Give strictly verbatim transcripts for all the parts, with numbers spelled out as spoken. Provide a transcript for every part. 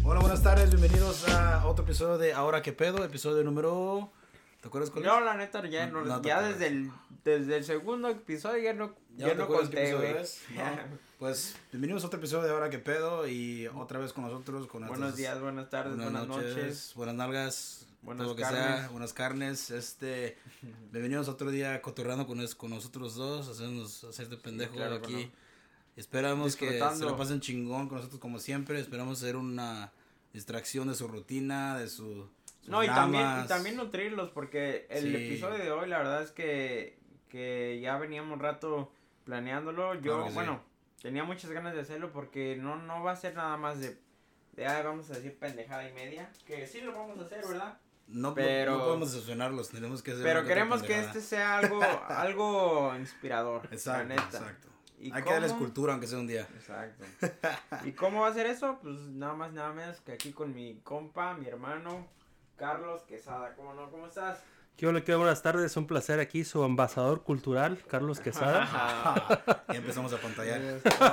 Hola, buenas tardes, bienvenidos a otro episodio de Ahora qué pedo, episodio número... ¿Te acuerdas cuál es? No, la neta, ya, no, No, no ya desde el, desde el segundo episodio ya no, ¿Ya, ya no, no te conté, güey. ¿No? Pues bienvenidos a otro episodio de Ahora qué pedo y otra vez con nosotros. Con Buenos nuestras, días, buenas tardes, buenas, buenas noches, noches. Buenas nalgas, buenas todo lo que carnes. sea, buenas carnes. Este, bienvenidos otro día cotorreando con, con nosotros dos, hacernos, hacerte pendejo sí, claro, aquí. Bueno. Esperamos que se la pasen chingón con nosotros como siempre. Esperamos hacer una distracción de su rutina, de su... No, y también, y también nutrirlos, porque el sí. episodio de hoy, la verdad es que, que ya veníamos un rato planeándolo. Yo, claro bueno, sí. tenía muchas ganas de hacerlo porque no, no va a ser nada más de, de, ah, vamos a decir pendejada y media. Que sí lo vamos a hacer, ¿verdad? No, pero, no podemos decepcionarlos, tenemos que hacer pero queremos que este sea algo, algo inspirador. Exacto, la neta. Exacto. ¿Y Hay cómo? que darles cultura, aunque sea un día. Exacto. ¿Y cómo va a ser eso? Pues nada más, nada menos que aquí con mi compa, mi hermano... Carlos Quesada, ¿cómo no? ¿Cómo estás? ¿Qué hola, qué buenas tardes, un placer aquí, su embajador cultural, Carlos Quesada. Ya empezamos a pantallar.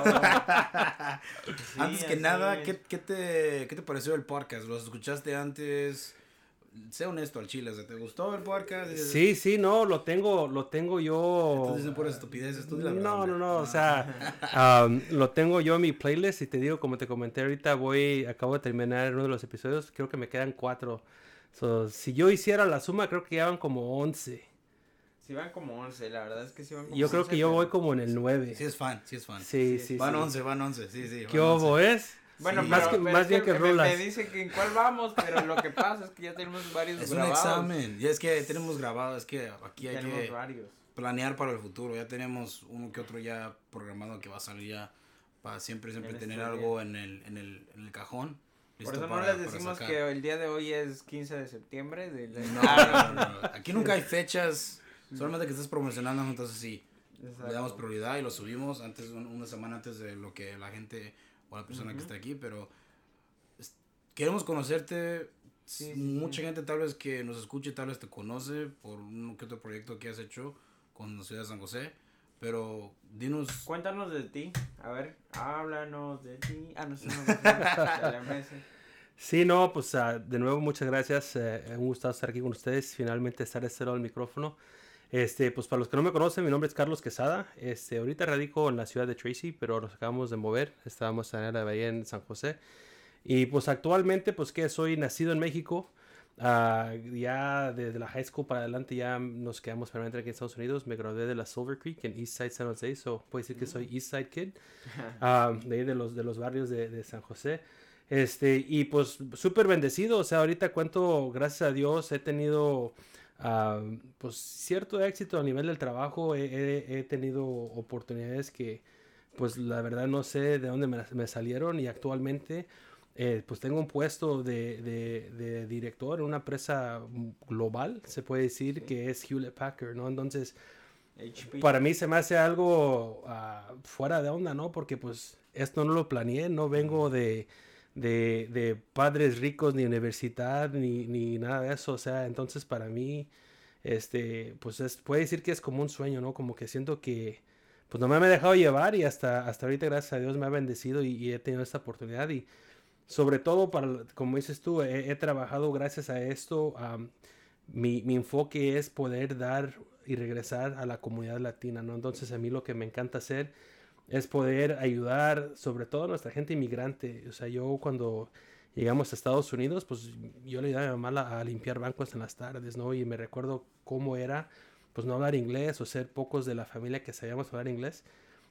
Sí, antes que nada, ¿qué, qué, te, ¿qué te pareció el podcast? ¿Los escuchaste antes? Sé honesto al chile, ¿te gustó el podcast? Sí, sí, no, lo tengo, lo tengo yo... Entonces dicen puras estupideces, tú la verdad. No, no, no, o sea, um, lo tengo yo en mi playlist y te digo, como te comenté ahorita, voy, acabo de terminar uno de los episodios, creo que me quedan cuatro. So, si yo hiciera la suma, creo que ya van como once. Sí van como once, la verdad es que sí van como Yo creo once, que yo pero... voy como en el nueve. Sí es fan, sí es fan. Sí, sí, sí. Van sí. once, van once, sí, sí. ¿Qué obo es? Bueno, sí. pero, más, que, pero más es bien que, que me, rolas. me dice que en cuál vamos, pero lo que pasa es que ya tenemos varios es grabados. Es un examen, y es que tenemos grabado, es que aquí hay tenemos que varios. planear para el futuro. Ya tenemos uno que otro ya programado que va a salir ya para siempre, siempre en tener algo en el, en, el, en el cajón. Por eso no les decimos que el día de hoy es quince de septiembre. De... No, no, no, no. Aquí nunca hay fechas, solamente que estés promocionando, entonces sí, exacto. Le damos prioridad y lo subimos antes una semana antes de lo que la gente o la persona uh-huh. que está aquí, pero es, queremos conocerte. Sí, sí, mucha sí. gente tal vez que nos escuche, tal vez te conoce por un que otro proyecto que has hecho con la ciudad de San José. Pero dinos... Cuéntanos de ti. A ver, háblanos de ti. Ah, no sé, no, no, no. Sí, no, pues uh, de nuevo muchas gracias. Eh, un gusto estar aquí con ustedes. Finalmente estar de este lado del micrófono. Este, pues para los que no me conocen, mi nombre es Carlos Quesada. Este, ahorita radico en la ciudad de Tracy, pero nos acabamos de mover. Estábamos en la bahía en San José. Y pues actualmente, pues que soy nacido en México. Uh, ya desde la high school para adelante ya nos quedamos permanentemente aquí en Estados Unidos. Me gradué de la Silver Creek en East Side San Jose, so puedo decir que soy East Side Kid, uh, de ahí de los, de los barrios de, de San José. Este, y pues súper bendecido, o sea, ahorita cuento, gracias a Dios, he tenido uh, pues cierto éxito a nivel del trabajo, he, he, he tenido oportunidades que pues la verdad no sé de dónde me, me salieron y actualmente... Eh, pues tengo un puesto de, de, de director en una empresa global, se puede decir, sí. que es Hewlett Packard, ¿no? Entonces, H P. Para mí se me hace algo uh, fuera de onda, ¿no? Porque pues esto no lo planeé, no vengo de, de, de padres ricos, ni universidad, ni, ni nada de eso, o sea, entonces para mí, este, pues es, puede decir que es como un sueño, ¿no? Como que siento que, pues no me he dejado llevar y hasta, hasta ahorita, gracias a Dios, me ha bendecido y, y he tenido esta oportunidad y sobre todo, para, como dices tú, he, he trabajado gracias a esto. Um, mi, mi enfoque es poder dar y regresar a la comunidad latina, ¿no? Entonces, a mí lo que me encanta hacer es poder ayudar, sobre todo a nuestra gente inmigrante. O sea, yo cuando llegamos a Estados Unidos, pues yo le ayudaba a mi mamá a, a limpiar bancos en las tardes, ¿no? Y me recuerdo cómo era, pues no hablar inglés o ser pocos de la familia que sabíamos hablar inglés.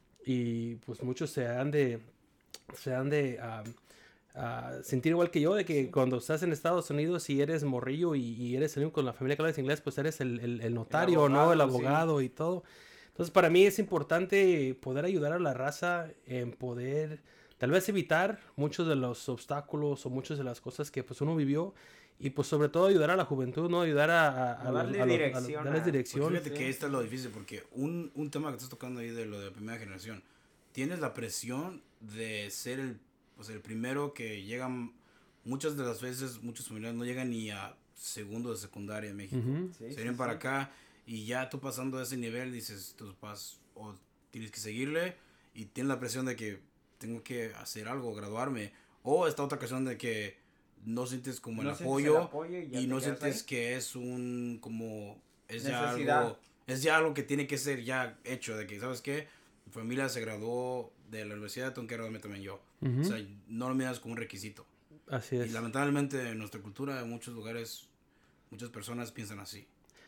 Y pues muchos se han de... Se han de um, Uh, sentir igual que yo, de que sí. cuando estás en Estados Unidos y eres morrillo y, y eres el único con la familia que hablas inglés, pues eres el, el, el notario, el abogado, ¿no? El abogado sí. y todo. Entonces, para mí es importante poder ayudar a la raza en poder, tal vez evitar muchos de los obstáculos o muchas de las cosas que pues uno vivió y pues sobre todo ayudar a la juventud, ¿no? Ayudar a, a, a, a darle a, a, dirección. A, a, darles dirección. Fíjate sí. que esto es lo difícil porque un, un tema que estás tocando ahí de lo de la primera generación, tienes la presión de ser el pues el primero que llegan, muchas de las veces, muchos familiares no llegan ni a segundo de secundaria en México. Uh-huh. sí, Se vienen sí, para sí. acá y ya tú pasando a ese nivel dices, tus papás, o tienes que seguirle y tienes la presión de que tengo que hacer algo, graduarme, O esta otra ocasión de que no sientes como el, no apoyo, el apoyo y, y no sientes ahí. que es un como es Necesidad. ya algo es ya algo que tiene que ser ya hecho, de que sabes qué, mi familia se graduó de la universidad, tengo que graduarme también yo. Uh-huh. O sea, no lo miras como un requisito. Así es. Y lamentablemente en nuestra cultura en muchos lugares muchas personas piensan así.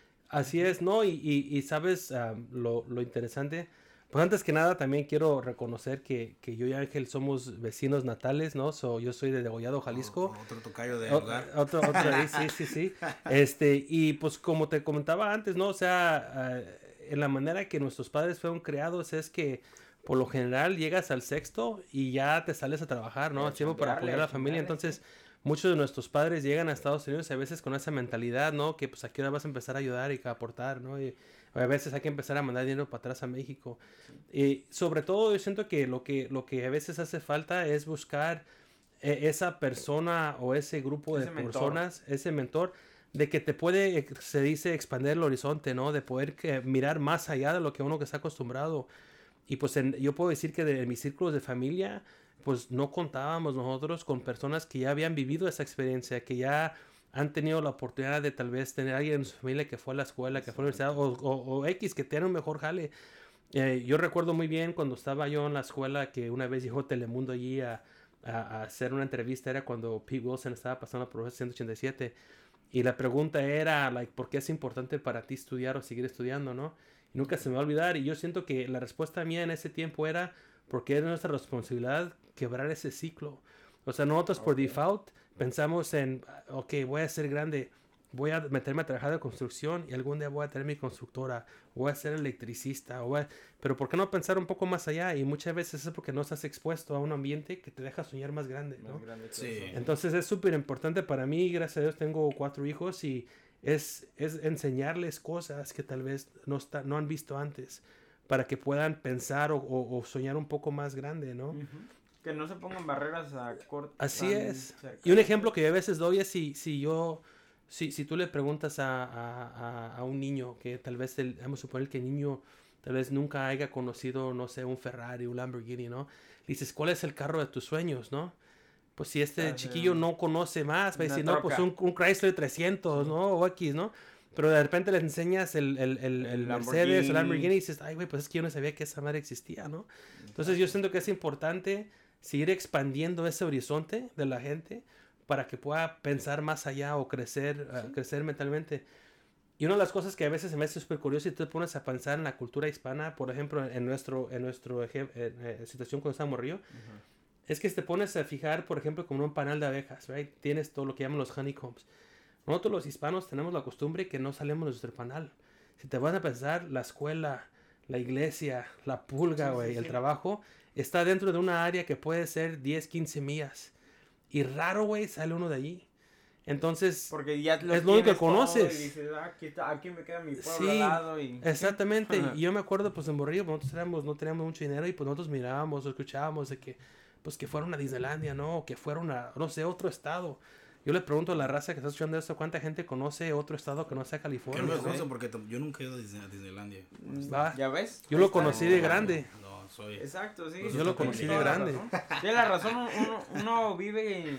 Así es, ¿no? Y, y, y sabes um, lo, lo interesante. Pues antes que nada también quiero reconocer que, que yo y Ángel somos vecinos natales, ¿no? So, yo soy de Degollado, Jalisco. Oh, otro tocayo de o, lugar. Otro, otro ahí, sí, sí, sí. Este, y pues como te comentaba antes, ¿no? O sea, uh, en la manera que nuestros padres fueron creados es que por lo general llegas al sexto y ya te sales a trabajar, ¿no? Tiempo para apoyar a la familia. Entonces, muchos de nuestros padres llegan a Estados Unidos a veces con esa mentalidad, ¿no? Que pues aquí ahora vas a empezar a ayudar y a aportar, ¿no? Y a veces hay que empezar a mandar dinero para atrás a México. Sí. Y sobre todo yo siento que lo que, lo que a veces hace falta es buscar eh, esa persona o ese grupo ese de mentor. personas, ese mentor, de que te puede, se dice, expandir el horizonte, ¿no? De poder que, mirar más allá de lo que uno que está acostumbrado. Y pues en, yo puedo decir que de mis círculos de familia, pues no contábamos nosotros con personas que ya habían vivido esa experiencia, que ya han tenido la oportunidad de tal vez tener a alguien en su familia que fue a la escuela, que fue a la universidad, o, o, o X, que tiene un mejor jale. Eh, yo recuerdo muy bien cuando estaba yo en la escuela que una vez llegó Telemundo allí a, a, a hacer una entrevista, era cuando Pete Wilson estaba pasando por ciento ochenta y siete, y la pregunta era, like, ¿por qué es importante para ti estudiar o seguir estudiando, no? Y nunca se me va a olvidar, y yo siento que la respuesta mía en ese tiempo era, porque es nuestra responsabilidad quebrar ese ciclo. O sea, nosotros okay. por default pensamos en, ok, voy a ser grande, voy a meterme a trabajar de construcción y algún día voy a tener mi constructora, voy a ser electricista, o a... pero ¿por qué no pensar un poco más allá? Y muchas veces es porque no estás expuesto a un ambiente que te deja soñar más grande, ¿no? Más grande sí. Entonces es súper importante para mí, gracias a Dios tengo cuatro hijos y es, es enseñarles cosas que tal vez no, está, no han visto antes, para que puedan pensar o, o, o soñar un poco más grande, ¿no? Uh-huh. Que no se pongan barreras a corto. Así es. Cerca. Y un ejemplo que yo a veces doy es si, si yo, si, si tú le preguntas a, a, a un niño que tal vez, el, vamos a suponer que el niño tal vez nunca haya conocido, no sé, un Ferrari, un Lamborghini, ¿no? Le dices, ¿cuál es el carro de tus sueños, no? Pues si este ah, chiquillo sí. no conoce más, va a decir, no, pues un, un Chrysler trescientos, sí. ¿no? O X, ¿no? Pero de repente le enseñas el, el, el, el Mercedes o el Lamborghini y dices, ay, güey, pues es que yo no sabía que esa madre existía, ¿no? Entonces yo siento que es importante seguir expandiendo ese horizonte de la gente para que pueda pensar más allá o crecer, sí. uh, crecer mentalmente. Y una de las cosas que a veces se me hace súper curioso y tú te pones a pensar en la cultura hispana, por ejemplo, en nuestro, en nuestro en, en, situación cuando estábamos Río, uh-huh. es que te pones a fijar, por ejemplo, como un panal de abejas, right? Tienes todo lo que llaman los honeycombs. Nosotros los hispanos tenemos la costumbre que no salimos de nuestro panal. Si te vas a pensar, la escuela, la iglesia, la pulga, güey, sí, sí, el sí. trabajo, está dentro de una área que puede ser diez, quince millas. Y raro, güey, sale uno de allí. Entonces, porque ya lo es lo único que conoces. Y dices, ah, aquí, está, aquí me queda mi pueblo sí, al lado. Y... exactamente. Y yo me acuerdo, pues, en Borrillo, nosotros teníamos, no teníamos mucho dinero y pues nosotros mirábamos o escuchábamos de que, pues, que fuera una Disneylandia, ¿no? O que fuera una, no sé, otro estado. Yo le pregunto a la raza que está escuchando esto, ¿cuánta gente conoce otro estado que no sea California? Yo no me conozco porque yo nunca he ido a Disneylandia. ¿Va? ¿Ya ves? Yo lo conocí de grande. No, no soy... Exacto, sí. Pues yo lo conocí de grande. Tiene la razón, uno, uno vive...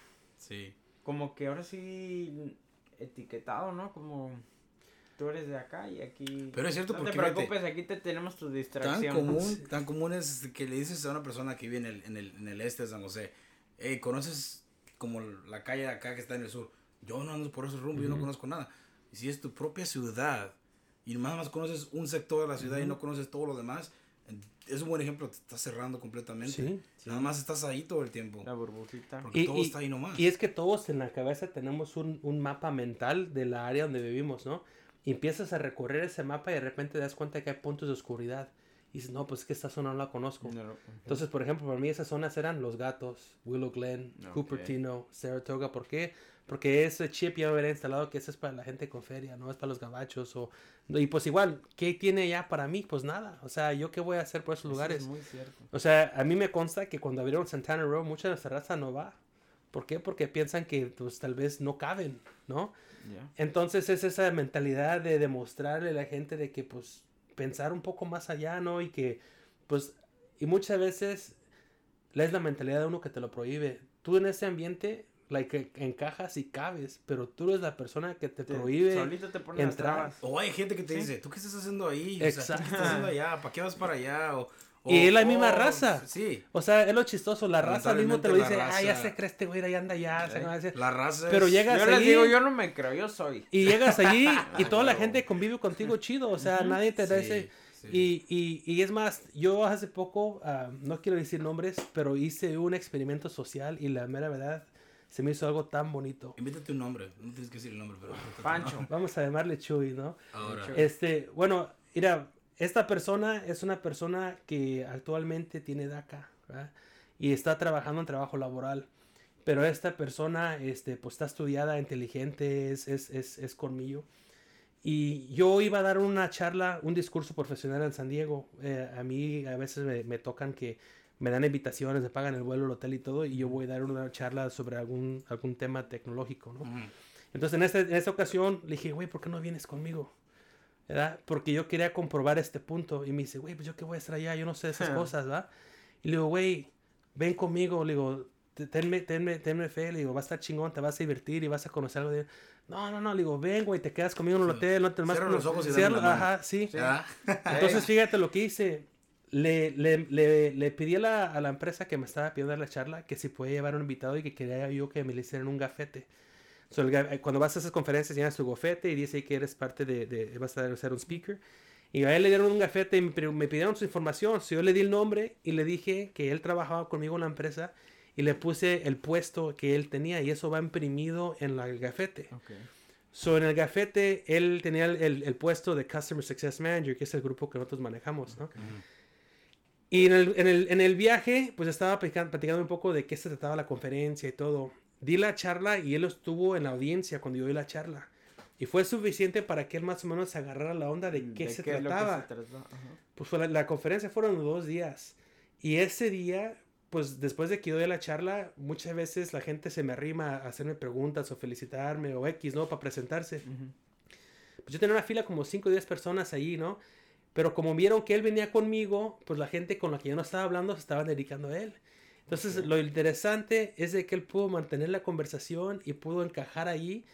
Sí. Como que ahora sí etiquetado, ¿no? Como... tú eres de acá y aquí... Pero es cierto no porque... No te preocupes, vete, aquí te tenemos tu distracción. Tan común, tan común es que le dices a una persona que vive en el, en el, en el este de San José, hey, ¿conoces como la calle de acá que está en el sur? Yo no ando por esos rumbos, uh-huh. yo no conozco nada. Y si es tu propia ciudad y nada más conoces un sector de la ciudad uh-huh. y no conoces todo lo demás, es un buen ejemplo, te estás cerrando completamente. Sí, sí. Nada más estás ahí todo el tiempo. La burbujita. Porque y, todo y, está ahí nomás. Y es que todos en la cabeza tenemos un, un mapa mental de la área donde vivimos, ¿no? Y empiezas a recorrer ese mapa y de repente te das cuenta que hay puntos de oscuridad. Y dices, no, pues es que esta zona no la conozco. No, uh-huh. Entonces, por ejemplo, para mí esas zonas eran Los Gatos, Willow Glen, okay. Cupertino, Saratoga. ¿Por qué? Porque ese chip ya me hubiera instalado que eso es para la gente con feria, no es para los gabachos. O... y pues igual, ¿qué tiene ya para mí? Pues nada. O sea, ¿yo qué voy a hacer por esos eso lugares? Es muy cierto. O sea, a mí me consta que cuando abrieron Santana Row, mucha de nuestra raza no va. ¿Por qué? Porque piensan que pues tal vez no caben, ¿no? Yeah. Entonces es esa mentalidad de demostrarle a la gente de que pues pensar un poco más allá, ¿no? Y que pues, y muchas veces es la mentalidad de uno que te lo prohíbe. tú en ese ambiente, like, encajas y cabes, pero tú eres la persona que te, te prohíbe solito te pone entrar. O hay gente que te ¿Sí? dice, ¿tú qué estás haciendo ahí? Exacto. O sea, ¿tú qué estás haciendo allá? ¿Para qué vas para allá? O, o, y es la misma oh, raza. Sí. O sea, es lo chistoso. La raza mismo te lo dice, raza, ah, ya se cree este güey, ahí anda ya. ¿eh? La raza Pero es... llegas yo allí. les digo, yo no me creo, yo soy. Y llegas allí y toda la gente convive contigo chido. O sea, uh-huh. nadie te da sí, ese... Sí. Y, y, y es más, yo hace poco, uh, no quiero decir nombres, pero hice un experimento social y la mera verdad se me hizo algo tan bonito. Invítate un nombre, no tienes que decir el nombre, pero... Pancho. Vamos a llamarle Chuy, ¿no? Ahora. Este, bueno, mira, esta persona es una persona que actualmente tiene DACA, ¿verdad? Y está trabajando en trabajo laboral. Pero esta persona, este, pues está estudiada, inteligente, es, es, es, es colmillo. Y yo iba a dar una charla, un discurso profesional en San Diego. Eh, a mí a veces me, me tocan que me dan invitaciones, me pagan el vuelo, el hotel y todo, y yo voy a dar una charla sobre algún, algún tema tecnológico, ¿no? Uh-huh. Entonces en, este, en esta ocasión le dije, güey, ¿por qué no vienes conmigo? ¿Verdad? Porque yo quería comprobar este punto. Y me dice, güey, pues yo qué voy a estar allá, yo no sé esas cosas, ¿verdad? Y le digo, güey, ven conmigo, le digo, tenme, tenme, tenme fe, le digo, va a estar chingón, te vas a divertir y vas a conocer algo de... No, no, no, le digo, ven, güey, te quedas conmigo en el hotel, no te más... Cierra los ojos y Cierra, dame la ajá, sí. sí. Entonces, fíjate lo que hice. Le, le, le, le pedí a la, a la empresa que me estaba pidiendo la charla que si podía llevar un invitado y que quería yo que me le hicieran un gafete. So, el, cuando vas a esas conferencias, llenas tu gafete y dice que eres parte de, de vas a ser un speaker. Y a él le dieron un gafete y me, me pidieron su información. So, yo le di el nombre y le dije que él trabajaba conmigo en la empresa y le puse el puesto que él tenía y eso va imprimido en la, el gafete. Okay. So, en el gafete, él tenía el, el, el puesto de Customer Success Manager, que es el grupo que nosotros manejamos, ¿no? Okay. Y en el, en, el, en el viaje, pues estaba platicando, platicando un poco de qué se trataba la conferencia y todo. Di la charla y él estuvo en la audiencia cuando yo di la charla. Y fue suficiente para que él más o menos se agarrara la onda de qué ¿De se qué trataba. Se trató? Uh-huh. Pues fue la, la conferencia fueron dos días. Y ese día, pues después de que yo di la charla, muchas veces la gente se me arrima a hacerme preguntas o felicitarme o X, ¿no? Para presentarse. Uh-huh. Pues yo tenía una fila como cinco o diez personas allí, ¿no? Pero como vieron que él venía conmigo, pues la gente con la que yo no estaba hablando se estaban dedicando a él. Entonces, okay. Lo interesante es de que él pudo mantener la conversación y pudo encajar allí.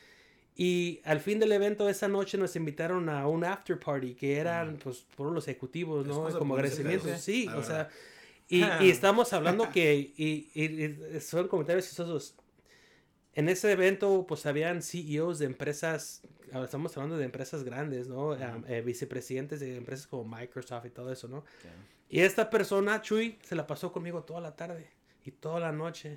Y al fin del evento de esa noche nos invitaron a un after party que eran, uh-huh. pues, por los ejecutivos, ¿no? Como agradecimientos. Sí, o sea, y, y estamos hablando que, y, y, y son comentarios chistosos. En ese evento, pues, habían C E Os de empresas, estamos hablando de empresas grandes, ¿no? Uh-huh. Um, eh, vicepresidentes de empresas como Microsoft y todo eso, ¿no? Okay. Y esta persona, Chuy, se la pasó conmigo toda la tarde y toda la noche.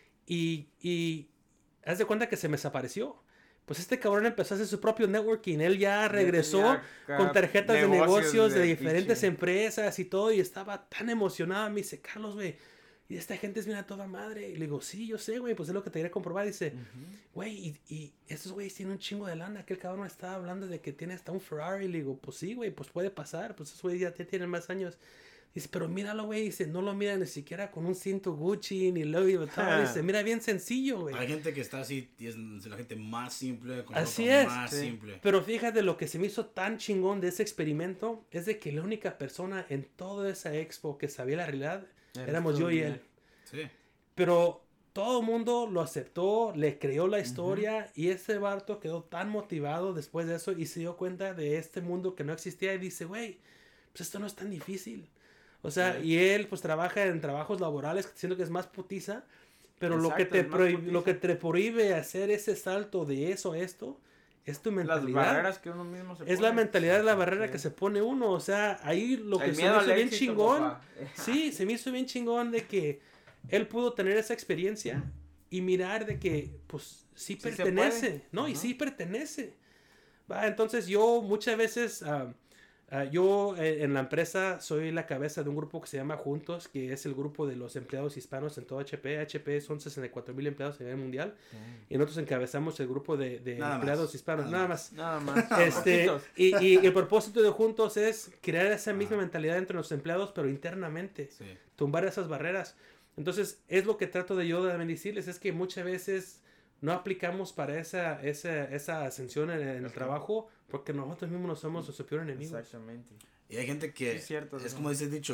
Y, y haz de cuenta que se me desapareció. Pues este cabrón empezó a hacer su propio networking. Él ya regresó ya con tarjetas de negocios de, de diferentes piche. empresas y todo. Y estaba tan emocionado. Me dice, Carlos, güey, y esta gente es bien a toda madre. Y le digo, sí, yo sé, güey, pues es lo que te quería comprobar. Y dice, güey, uh-huh. y, y estos güeyes tienen un chingo de lana. Aquel cabrón estaba hablando de que tiene hasta un Ferrari. Y le digo, pues sí, güey, pues puede pasar. Pues esos güeyes ya, ya tienen más años. Dice, pero míralo, güey. Dice, no lo mira ni siquiera con un cinto Gucci ni Louis Vuitton. Dice, mira, bien sencillo, güey. Hay gente que está así, y es la gente más simple. Con así es. Más sí. simple. Pero fíjate, lo que se me hizo tan chingón de ese experimento es de que la única persona en toda esa expo que sabía la realidad Eres éramos yo y él. Sí. Pero todo el mundo lo aceptó, le creó la historia uh-huh. y ese vato quedó tan motivado después de eso y se dio cuenta de este mundo que no existía y dice, güey, pues esto no es tan difícil. O sea, sí. y él pues trabaja en trabajos laborales, siendo que es más putiza, pero Exacto, lo, que te prohíbe, lo que te prohíbe hacer ese salto de eso a esto es tu mentalidad. Las barreras que uno mismo se pone. Es la mentalidad de la barrera sí. que se pone uno. O sea, ahí lo El que se me hizo bien éxito, chingón. Papá. Sí, se me hizo bien chingón de que él pudo tener esa experiencia y mirar de que pues sí, sí pertenece, ¿no? Uh-huh. Y sí pertenece. Va, entonces yo muchas veces... Uh, Uh, yo eh, en la empresa soy la cabeza de un grupo que se llama Juntos, que es el grupo de los empleados hispanos en todo H P. H P son sesenta y cuatro mil empleados a nivel mundial. Mm. Y nosotros encabezamos el grupo de, de empleados más, hispanos. Nada más. Nada más. Este, y, y el propósito de Juntos es crear esa misma ah. mentalidad entre los empleados, pero internamente. Sí. Tumbar esas barreras. Entonces, es lo que trato de yo de decirles, es que muchas veces no aplicamos para esa, esa, esa ascensión en, en el trabajo porque nosotros mismos no somos nuestro peor enemigo. Exactamente. Y hay gente que, sí, es, cierto, es como dice el dicho,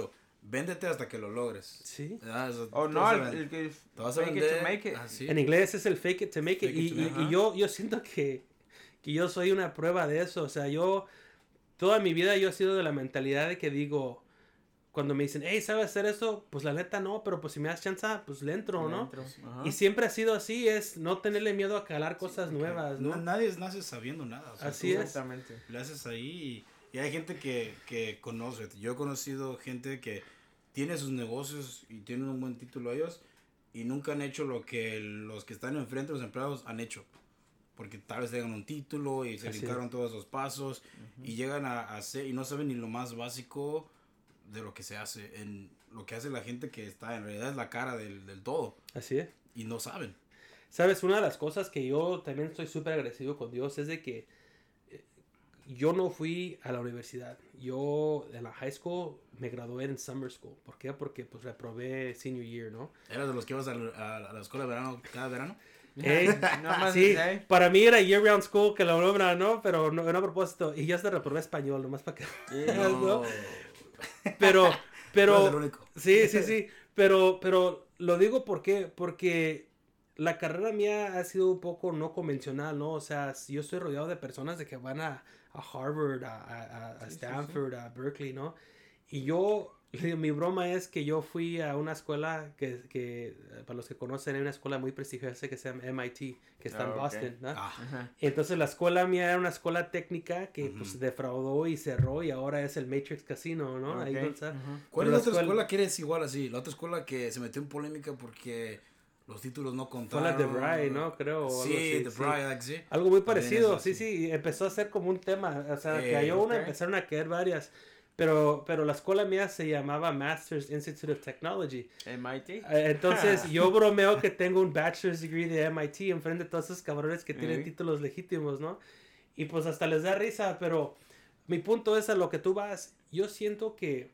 véndete hasta que lo logres. Sí. O oh, no, el, el que fake it to make it. Así. En inglés es el fake it to make it. Fake y, it y, y yo, yo siento que, que yo soy una prueba de eso. O sea, yo, toda mi vida yo he sido de la mentalidad de que digo, cuando me dicen, hey, ¿sabes hacer eso? Pues la neta no, pero pues si me das chance, pues le entro, ¿no? Le entro. Y siempre ha sido así, es no tenerle miedo a calar cosas sí, nuevas, ¿no? no Nadie nace sabiendo nada. O sea, así es. Exactamente. Le haces ahí y, y hay gente que, que conoce. Yo he conocido gente que tiene sus negocios y tienen un buen título ellos y nunca han hecho lo que los que están enfrente, los empleados, han hecho. Porque tal vez tengan un título y se brincaron todos esos pasos uh-huh. y llegan a, a hacer y no saben ni lo más básico de lo que se hace, en lo que hace la gente que está en realidad es la cara del, del todo. Así es. Y no saben. Sabes, una de las cosas que yo también estoy súper agradecido con Dios es de que eh, yo no fui a la universidad. Yo en la high school me gradué en summer school. ¿Por qué? Porque pues reprobé senior year, ¿no? ¿Eras de los que ibas a, a, a la escuela de verano cada verano? Hey, no más sí, para mí era year round school que la nombra, ¿no? Pero no, no a propósito. Y yo hasta reprobé español, nomás para que... Yeah. ¿no? Pero, pero, no sí, sí, sí, pero, pero lo digo porque, porque la carrera mía ha sido un poco no convencional, ¿no? O sea, yo estoy rodeado de personas de que van a, a Harvard, a, a, a Stanford, sí, sí, sí. a Berkeley, ¿no? Y yo, mi broma es que yo fui a una escuela que, que para los que conocen, hay una escuela muy prestigiosa que se llama M I T, que está oh, en Boston, okay. ¿no? Ah. Entonces la escuela mía era una escuela técnica que uh-huh. pues defraudó y cerró y ahora es el Matrix Casino, ¿no? Okay. Ahí está. Uh-huh. ¿Cuál es la otra escuela? escuela que eres igual así? La otra escuela que se metió en polémica porque los títulos no contaron. Fue la de Bry, ¿no? Creo. Sí, de Bry, sí. Algo muy parecido, sí, sí. Empezó a ser como un tema, o sea, eh, que hay okay. una, empezaron a caer varias. Pero, pero la escuela mía se llamaba Masters Institute of Technology. M I T. Entonces, yo bromeo que tengo un bachelor's degree de M I T enfrente de todos esos cabrones que tienen uh-huh. títulos legítimos, ¿no? Y pues hasta les da risa, pero mi punto es a lo que tú vas. Yo siento que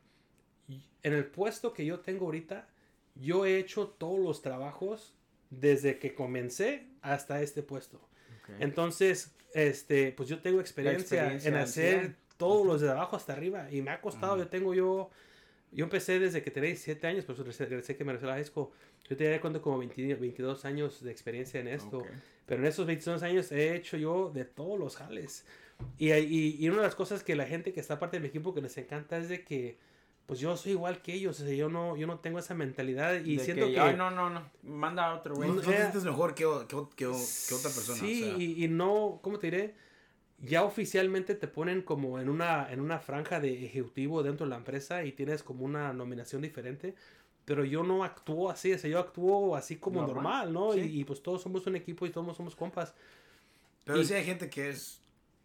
en el puesto que yo tengo ahorita, yo he hecho todos los trabajos desde que comencé hasta este puesto. Okay. Entonces, este, pues yo tengo experiencia, experiencia en hacer... Sí. Todos los de abajo hasta arriba. Y me ha costado. Uh-huh. Yo tengo yo... Yo empecé desde que tenía diecisiete años. Pues regresé que me regresé a la high school. Yo tenía cuando como veinte, veintidós años de experiencia en esto. Okay. Pero en esos veintidós años he hecho yo de todos los jales. Y, y, y una de las cosas que la gente que está parte de mi equipo que les encanta es de que... Pues yo soy igual que ellos. O sea, yo no, yo no tengo esa mentalidad. Y de siento que... que ay, no, no, no. Manda a otro güey. No, no te sientes mejor que, que, que, que otra persona. Sí, o sea. y, y no... ¿Cómo te diré? Ya oficialmente te ponen como en una, en una franja de ejecutivo dentro de la empresa y tienes como una nominación diferente, pero yo no actúo así, o sea, yo actúo así como normal, normal ¿no? Sí. Y, y pues todos somos un equipo y todos somos compas. Pero y, sí hay gente que es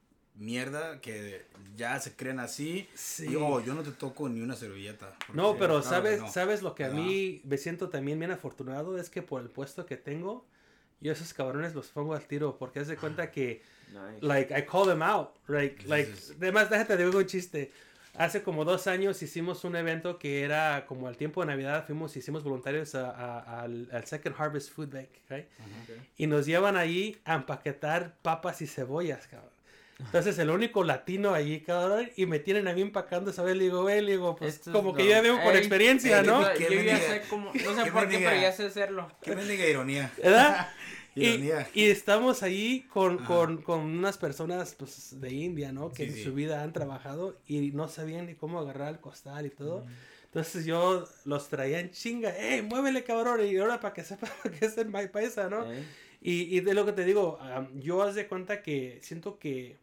mierda, que ya se creen así, sí. y oh, yo no te toco ni una servilleta. No, pero claro sabes, no. sabes lo que a mí me siento también bien afortunado es que por el puesto que tengo, yo esos cabrones los pongo al tiro, porque haz de cuenta que nice. Like, I call them out, like, like, además, déjate de digo un chiste, hace como dos años hicimos un evento que era como al tiempo de Navidad, fuimos, hicimos voluntarios a, a, al, al Second Harvest Food Bank, right? Uh-huh. Okay. Y nos llevan ahí a empaquetar papas y cebollas, cabrón. Entonces, el único latino allí, cabrón, y me tienen a mí empacando, ¿sabes? Le digo, güey, le digo, pues, Esto como que no. ya veo por ey, experiencia, ey, ¿no? Yo, yo ya sé cómo, no sé por qué, pero ya sé hacerlo. Qué bendiga ironía. ¿Verdad? Y, y estamos ahí con, con, con unas personas pues, de India, ¿no? Que sí, en sí. su vida han trabajado y no sabían ni cómo agarrar el costal y todo. Mm. Entonces yo los traía en chinga. ¡Ey, muévele, cabrón! Y ahora para que sepa que es el my paisa, ¿no? ¿Eh? Y, y de lo que te digo, um, yo haz de cuenta que siento que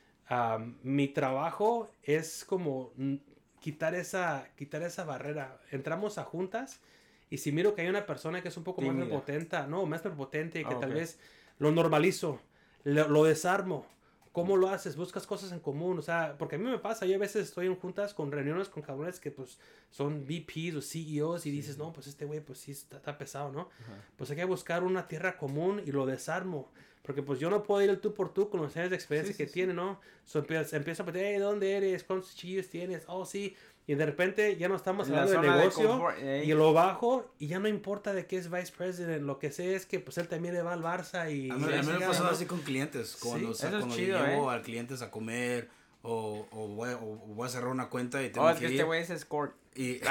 um, mi trabajo es como mm, quitar esa, quitar esa barrera. Entramos a juntas. Y si miro que hay una persona que es un poco Tímida. más prepotente, no, más prepotente, que ah, tal okay. vez lo normalizo, lo, lo desarmo. ¿Cómo lo haces? Buscas cosas en común, o sea, porque a mí me pasa, yo a veces estoy en juntas con reuniones con cabrones que pues son V Ps o C E Os y sí. dices, no, pues este güey pues sí está, está pesado, ¿no? Uh-huh. Pues hay que buscar una tierra común y lo desarmo. Porque pues yo no puedo ir el tú por tú con los años de experiencia sí, que sí, tiene, sí. ¿no? So, empieza, empieza a pedir, hey, ¿dónde eres? ¿Cuántos chillos tienes? Oh, sí. Y de repente ya no estamos hablando de negocio de y lo bajo y ya no importa de qué es vice president, lo que sé es que pues él también le va al Barça y... A mí, a mí me ha pasado así con clientes, cuando, sí, o sea, cuando chido, llevo ¿eh? a clientes a comer O, o, voy, a, o voy a cerrar una cuenta y tengo oh, es que que ir. este güey es escort. Y, y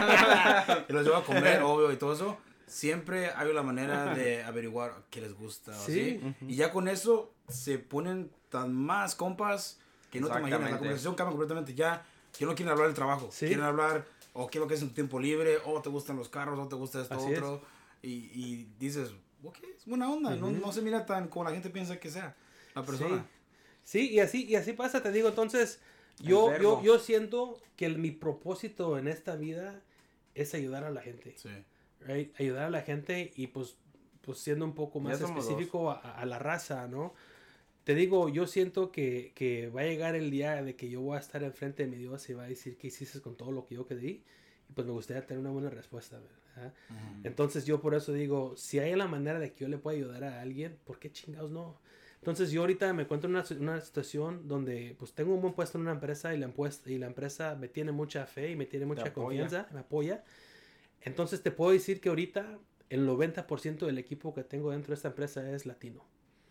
los llevo a comer, obvio, y todo eso. Siempre hay una manera de averiguar qué les gusta. Sí. ¿sí? Uh-huh. Y ya con eso se ponen tan más compas que no te imaginas. La conversación cambia completamente. Ya, que no quieren hablar del trabajo. Sí. Quieren hablar, o qué es lo que es en tu tiempo libre, o te gustan los carros, o te gusta esto, Así otro. Y, y dices, ok, es buena onda. Uh-huh. no, no se mira tan como la gente piensa que sea la persona. Sí. Sí, y así, y así pasa, te digo, entonces, yo, yo, yo siento que el, mi propósito en esta vida es ayudar a la gente. Sí. Right? Ayudar a la gente y pues, pues siendo un poco más específico a, a la raza, ¿no? Te digo, yo siento que, que va a llegar el día de que yo voy a estar enfrente de mi Dios y va a decir qué hiciste con todo lo que yo que di. Y pues me gustaría tener una buena respuesta, ¿verdad? Uh-huh. Entonces yo por eso digo, si hay la manera de que yo le pueda ayudar a alguien, ¿por qué chingados no? Entonces yo ahorita me encuentro en una, una situación donde pues tengo un buen puesto en una empresa y la, y la empresa me tiene mucha fe y me tiene mucha confianza, me apoya. Entonces te puedo decir que ahorita el noventa por ciento del equipo que tengo dentro de esta empresa es latino.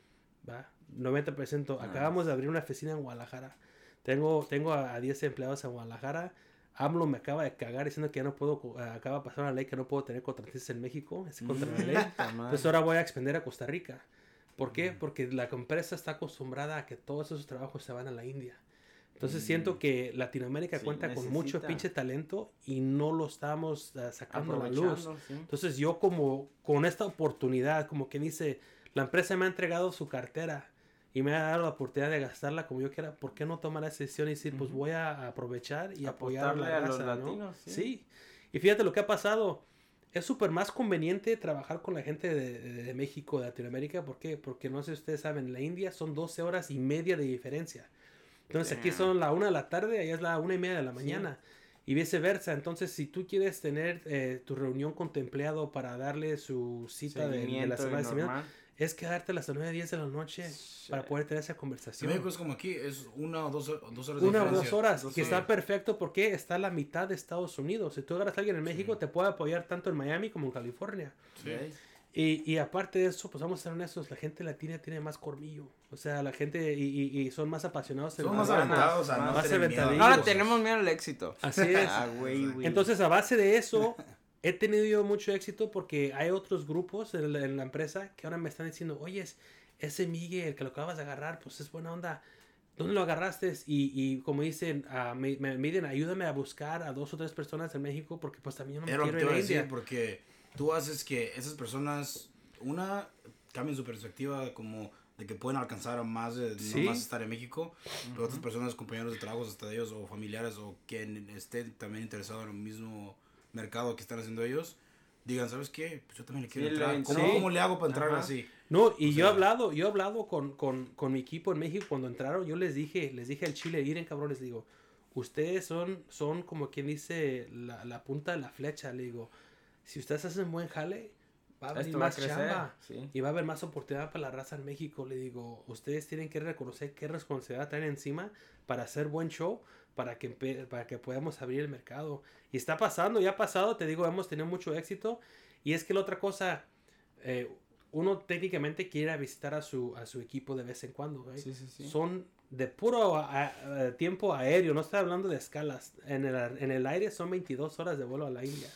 ¿Va? noventa por ciento. Nice. Acabamos de abrir una oficina en Guadalajara. Tengo, tengo a, a diez empleados en Guadalajara. AMLO me acaba de cagar diciendo que ya no puedo, uh, acaba de pasar una ley que no puedo tener contratistas en México. Es contra la ley. Entonces ahora voy a expandir a Costa Rica. ¿Por qué? Porque la empresa está acostumbrada a que todos esos trabajos se van a la India. Entonces mm. siento que Latinoamérica sí, cuenta necesita. con mucho pinche talento y no lo estamos uh, sacando a la luz. Sí. Entonces yo como con esta oportunidad, como que dice, la empresa me ha entregado su cartera y me ha dado la oportunidad de gastarla como yo quiera, ¿por qué no tomar la decisión y decir, uh-huh. pues voy a aprovechar y apoyar a la raza, a los ¿no? latinos? Sí. sí. Y fíjate lo que ha pasado. Es súper más conveniente trabajar con la gente de, de, de México, de Latinoamérica. ¿Por qué? Porque no sé si ustedes saben, en la India son doce horas y media de diferencia. Entonces yeah. aquí son la una de la tarde, allá es la una y media de la mañana. Sí. Y viceversa. Entonces, si tú quieres tener eh, tu reunión con tu empleado para darle su cita de, de la semana de seguimiento, es quedarte a las nueve, diez de la noche sí. para poder tener esa conversación. En México es como aquí, es una o dos, dos horas de Una o dos horas, dos que horas. Está perfecto porque está a la mitad de Estados Unidos. Si tú agarras a alguien en México, sí. te puede apoyar tanto en Miami como en California. Sí. Y, y aparte de eso, pues vamos a ser honestos, la gente latina tiene más colmillo. O sea, la gente, y, y, y son más apasionados. Son más aventados, más, no más aventadillos. Ahora tenemos miedo al éxito. Así es. ah, wey, wey. Entonces, a base de eso... He tenido yo mucho éxito porque hay otros grupos en la, en la empresa que ahora me están diciendo, oye, ese Miguel que lo acabas de agarrar, pues es buena onda. ¿Dónde lo agarraste? Y, y como dicen, uh, me, me piden, ayúdame a buscar a dos o tres personas en México porque pues también yo no me Era quiero ir a la India. Porque tú haces que esas personas, una, cambien su perspectiva como de que pueden alcanzar a más de ¿Sí? no más estar en México, uh-huh. pero otras personas, compañeros de trabajo hasta de ellos o familiares o quien esté también interesado en lo mismo mercado que están haciendo ellos, digan, ¿sabes qué? Pues yo también le quiero sí, entrar. ¿Cómo, sí. ¿Cómo le hago para entrar Ajá. así? No, y o yo sea, he hablado, yo he hablado con, con, con mi equipo en México cuando entraron, yo les dije, les dije al Chile, miren cabrones, digo, ustedes son, son como quien dice la, la punta de la flecha, le digo, si ustedes hacen buen jale, va a haber más va a chamba sí. y va a haber más oportunidad para la raza en México. Le digo, ustedes tienen que reconocer qué responsabilidad traen encima para hacer buen show, para que, para que podamos abrir el mercado. Y está pasando, ya ha pasado, te digo, hemos tenido mucho éxito. Y es que la otra cosa, eh, uno técnicamente quiere ir a visitar a su, a su equipo de vez en cuando. ¿eh? Sí, sí, sí. Son de puro a, a, a tiempo aéreo, no estoy hablando de escalas. En el, en el aire son veintidós horas de vuelo a la India.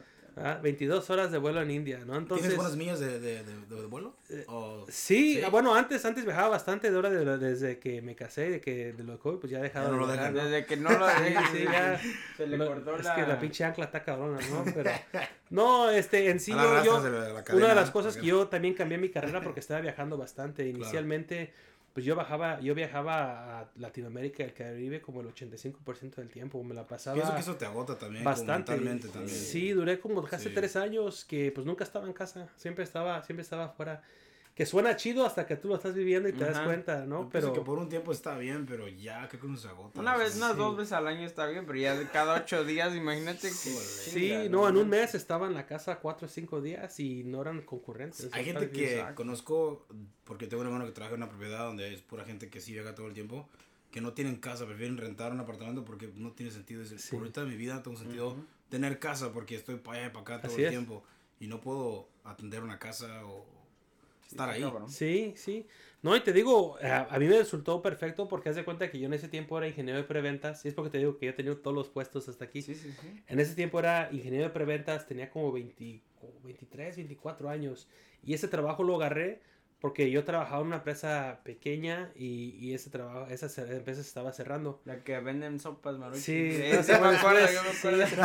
Ah, veintidós horas de vuelo en India, ¿no? Entonces, ¿tienes buenas millas de, de, de, de vuelo? Eh, sí, ¿Sí? bueno, antes antes viajaba bastante de hora de, de, desde que me casé, de que de lo de COVID, pues ya he dejado ya no de lo viajar, ¿no? Desde que no lo dejé, sí, ya se le lo, cortó es la... que la pinche ancla está cabrona, ¿no? Pero, no, este, en sí, yo, yo de la cadena, una de las cosas porque... que yo también cambié mi carrera porque estaba viajando bastante. Inicialmente, claro. pues yo bajaba, yo viajaba a Latinoamérica y el Caribe como el ochenta y cinco por ciento del tiempo, me la pasaba. Pienso que eso te agota también, bastante. Mentalmente también. Sí, duré como casi sí. tres años que pues nunca estaba en casa, siempre estaba, siempre estaba afuera. Que suena chido hasta que tú lo estás viviendo y te Ajá. das cuenta, ¿no? Yo pero que por un tiempo está bien, pero ya creo que uno se agota. Una vez, unas sí. dos veces al año está bien, pero ya cada ocho días, imagínate que... Sí, chinga, no, en un mes estaba en la casa cuatro o cinco días y no eran concurrentes. Hay gente que exacto. conozco, porque tengo un hermano que trabaja en una propiedad donde es pura gente que sí viaja todo el tiempo, que no tienen casa, prefieren rentar un apartamento porque no tiene sentido. Es, sí. Por ahorita de mi vida tengo sentido uh-huh. tener casa porque estoy para allá y para acá todo Así el es. tiempo y no puedo atender una casa o... estar ahí. Sí, sí. No, y te digo, a, a mí me resultó perfecto porque haz de cuenta que yo en ese tiempo era ingeniero de preventas. Y es porque te digo que yo he tenido todos los puestos hasta aquí. Sí, sí, sí. En ese tiempo era ingeniero de preventas, tenía como veinte, veintitrés, veinticuatro años. Y ese trabajo lo agarré porque yo trabajaba en una empresa pequeña y, y ese trabajo, esa empresa se estaba cerrando. La que venden sopas, Marucci. Sí, sí, no, sí, me acuerdo, yo me acuerdo. Sí,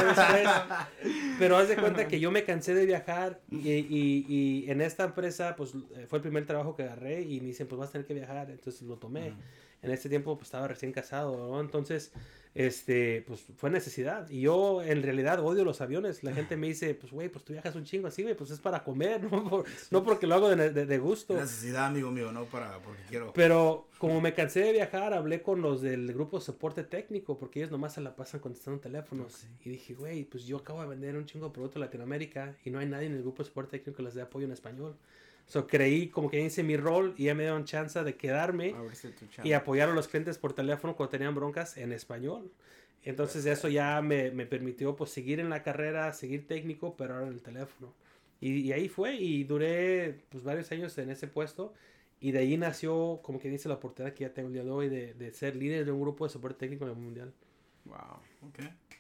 pero haz de cuenta que yo me cansé de viajar y, y, y en esta empresa pues fue el primer trabajo que agarré y me dicen pues vas a tener que viajar, entonces lo tomé. Uh-huh. En ese tiempo pues estaba recién casado, ¿no? Entonces este pues fue necesidad y yo en realidad odio los aviones. La gente me dice pues güey pues tú viajas un chingo así, güey, pues es para comer, no, Por, no porque lo hago de, de, de gusto. Necesidad, amigo mío, no para porque quiero. Pero como me cansé de viajar, hablé con los del grupo de soporte técnico porque ellos nomás se la pasan contestando teléfonos. Okay. Y dije, güey, pues yo acabo de vender un chingo de producto en Latinoamérica y no hay nadie en el grupo de soporte técnico que les dé apoyo en español. So, creí como que hice mi rol y ya me dieron chance de quedarme y apoyar a los clientes por teléfono cuando tenían broncas en español. Entonces Perfecto. Eso ya me, me permitió pues seguir en la carrera, seguir técnico, pero ahora en el teléfono. Y, y ahí fue y duré pues varios años en ese puesto y de ahí nació como que dice la oportunidad que ya tengo el día de hoy de, de ser líder de un grupo de soporte técnico en el mundial. Wow, ok.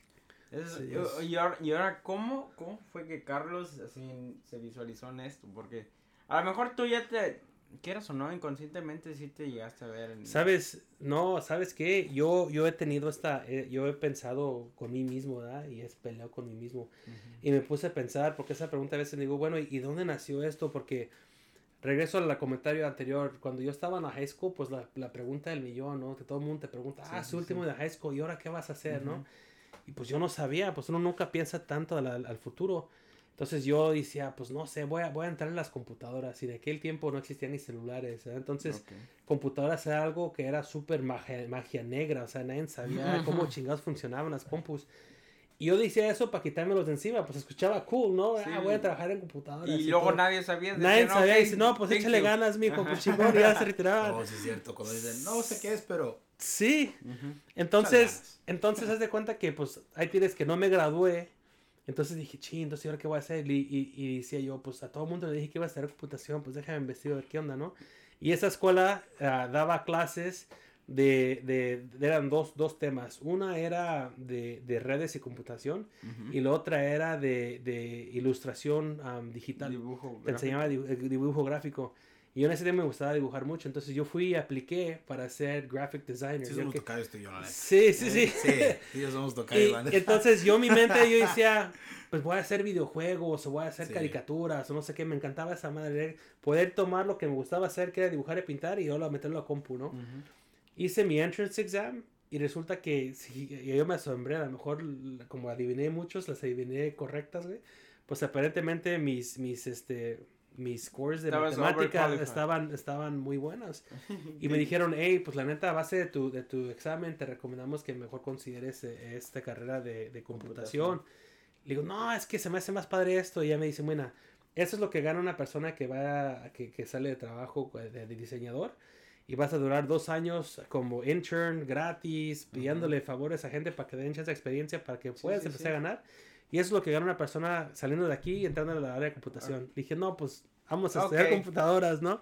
Eso, sí, es... y, ahora, y ahora ¿cómo, ¿cómo fue que Carlos así se visualizó en esto? Porque a lo mejor tú ya te, quieras o no, inconscientemente sí te llegaste a ver. En... ¿Sabes? No, ¿sabes qué? Yo, yo he tenido esta, eh, yo he pensado con mí mismo, ¿verdad? Y he peleado con mí mismo. Uh-huh. Y me puse a pensar, porque esa pregunta a veces digo, bueno, ¿y dónde nació esto? Porque regreso al comentario anterior, cuando yo estaba en la high school, pues la, la pregunta del millón, ¿no? Que todo el mundo te pregunta, ah, sí, su sí, último sí. de high school, ¿y ahora qué vas a hacer, uh-huh. no? Y pues yo no sabía, pues uno nunca piensa tanto al, al futuro. Entonces yo decía, pues no sé, voy a, voy a entrar en las computadoras. Y de aquel tiempo no existían ni celulares, ¿eh? Entonces, okay. computadoras era algo que era súper magia, magia negra. O sea, nadie sabía cómo chingados funcionaban las compus. Y yo decía eso para quitármelos de encima. Pues escuchaba cool, ¿no? Sí. Ah, voy a trabajar en computadoras. Y, y luego todo. Nadie sabía. Nadie sabía. Okay, y dice, no, pues échale you. ganas, mijo, pues chingón. Y ya se retiraban. No, sí es cierto. Cuando dicen, no sé qué es, pero... Sí. Uh-huh. Entonces, entonces haz de cuenta que, pues, ahí tienes que no me gradué. Entonces dije, ching, entonces ¿ahora qué voy a hacer? Y, y, y decía yo, pues a todo el mundo le dije que iba a estudiar computación, pues déjame investigar a ver qué onda, ¿no? Y esa escuela uh, daba clases de, de, de, eran dos, dos temas. Una era de, de redes y computación, uh-huh. y la otra era de, de ilustración um, digital. Dibujo Te enseñaba dibujo, dibujo gráfico. Y yo en ese tiempo me gustaba dibujar mucho, entonces yo fui y apliqué para ser graphic designer. Sí, somos que... tocayos tú y yo, la neta. Sí, sí, sí. Sí, sí, yo somos tocayos, la neta. Entonces yo en mi mente yo decía, pues voy a hacer videojuegos o voy a hacer sí. caricaturas o no sé qué. Me encantaba esa madre, poder tomar lo que me gustaba hacer, que era dibujar y pintar, y yo lo meterlo a compu, ¿no? Uh-huh. Hice mi entrance exam y resulta que sí, yo me asombré, a lo mejor como adiviné muchos, las adiviné correctas, güey. Pues aparentemente mis, mis, este... mis scores de Estabas matemática estaban, estaban muy buenas. Y me dijeron, hey, pues la neta, a base de tu, de tu examen, te recomendamos que mejor consideres eh, esta carrera de, de computación. Le digo, no, es que se me hace más padre esto. Y ella me dice, bueno, eso es lo que gana una persona que va, que, que sale de trabajo de, de diseñador. Y vas a durar dos años como intern, gratis, pidiéndole uh-huh. favores a gente para que den chance de experiencia, para que puedas sí, sí, empezar sí. a ganar. Y eso es lo que gana una persona saliendo de aquí y entrando a la área de computación. Okay. Dije, no, pues vamos a okay. estudiar computadoras, ¿no?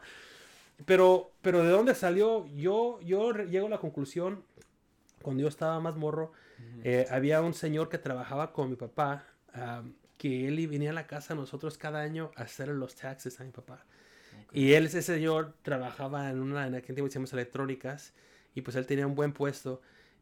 Pero, pero ¿de dónde salió? Yo, yo llego a la conclusión, cuando yo estaba más morro, uh-huh. eh, había un señor que trabajaba con mi papá, um, que él venía a la casa a nosotros cada año a hacer los taxes a mi papá. Okay. Y él, ese señor, trabajaba en una, en aquel tiempo hicimos electrónicas, y pues él tenía un buen puesto,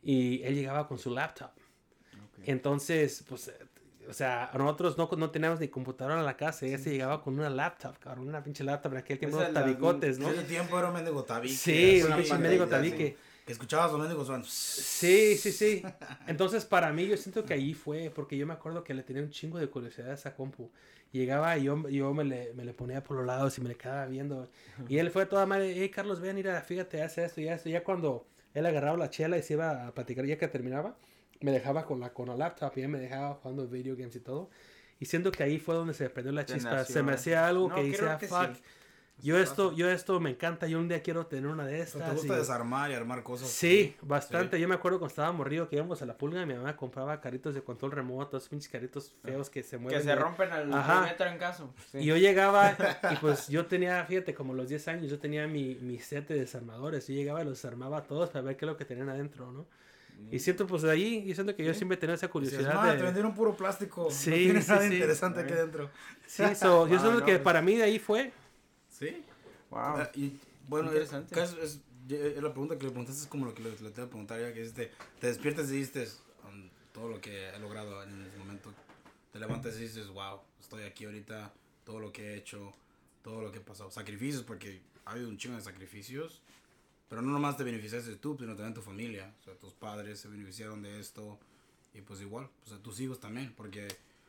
y él llegaba con su laptop. Okay. Entonces, pues... O sea, nosotros no, no teníamos ni computadora en la casa. Ella sí. se llegaba con una laptop, cabrón. Una pinche laptop en aquel tiempo, unos tabicotes, ¿no? En ese tiempo era un mendigo tabique. Sí, un pinche mendigo tabique. Que escuchabas los mendigos suenan. Sí, sí, sí. Entonces, para mí, yo siento que allí fue. Porque yo me acuerdo que le tenía un chingo de curiosidad a esa compu. Llegaba y yo, yo me, le, me le ponía por los lados y me le quedaba viendo. Y él fue toda madre. Hey, Carlos, ven, mira, fíjate, hace esto y esto. Ya cuando él agarraba la chela y se iba a platicar, ya que terminaba, me dejaba con la, con la laptop y él me dejaba jugando video games y todo. Y siento que ahí fue donde se prendió la chispa. Nació, se me hacía algo no, que decía, fuck, sí. yo esto, yo esto me encanta, yo un día quiero tener una de estas. ¿Te gusta y... desarmar y armar cosas? Sí, bastante. Sí. Yo me acuerdo cuando estaba morrido que íbamos a la pulga y mi mamá compraba carritos de control remoto, esos pinches carritos feos que se mueven. Que se rompen al metro en caso. Sí. Y yo llegaba y pues yo tenía, fíjate, como los diez años, yo tenía mi, mi set de desarmadores. Yo llegaba y los desarmaba todos para ver qué es lo que tenían adentro, ¿no? Y siento pues de ahí, y siento que yo ¿Sí? siempre tenía esa curiosidad Dices, de... te vendieron puro plástico, sí, no tiene sí, nada sí. interesante aquí dentro. Sí, so, yo wow, siento no, que pues... para mí de ahí fue... Sí. Wow. Uh, y bueno, interesante. Es, es, es, la pregunta que le preguntaste es como lo que le, le te voy a preguntar ya, que es te, te despiertas y dices um, todo lo que he logrado en ese momento. Te levantas y dices, wow, estoy aquí ahorita, todo lo que he hecho, todo lo que he pasado. Sacrificios, porque ha habido un chingo de sacrificios. Pero no nomás te beneficiaste tú, sino también tu familia. O sea, tus padres se beneficiaron de esto. Y pues igual, pues a tus hijos también. Porque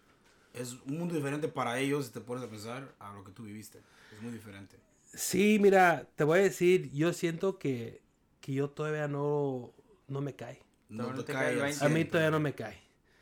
es un mundo diferente para ellos, si te pones a pensar, a lo que tú viviste. Es muy diferente. Sí, mira, te voy a decir, yo siento que, que yo todavía no, no me cae. No, no te, te cae. cae A mí todavía no me cae.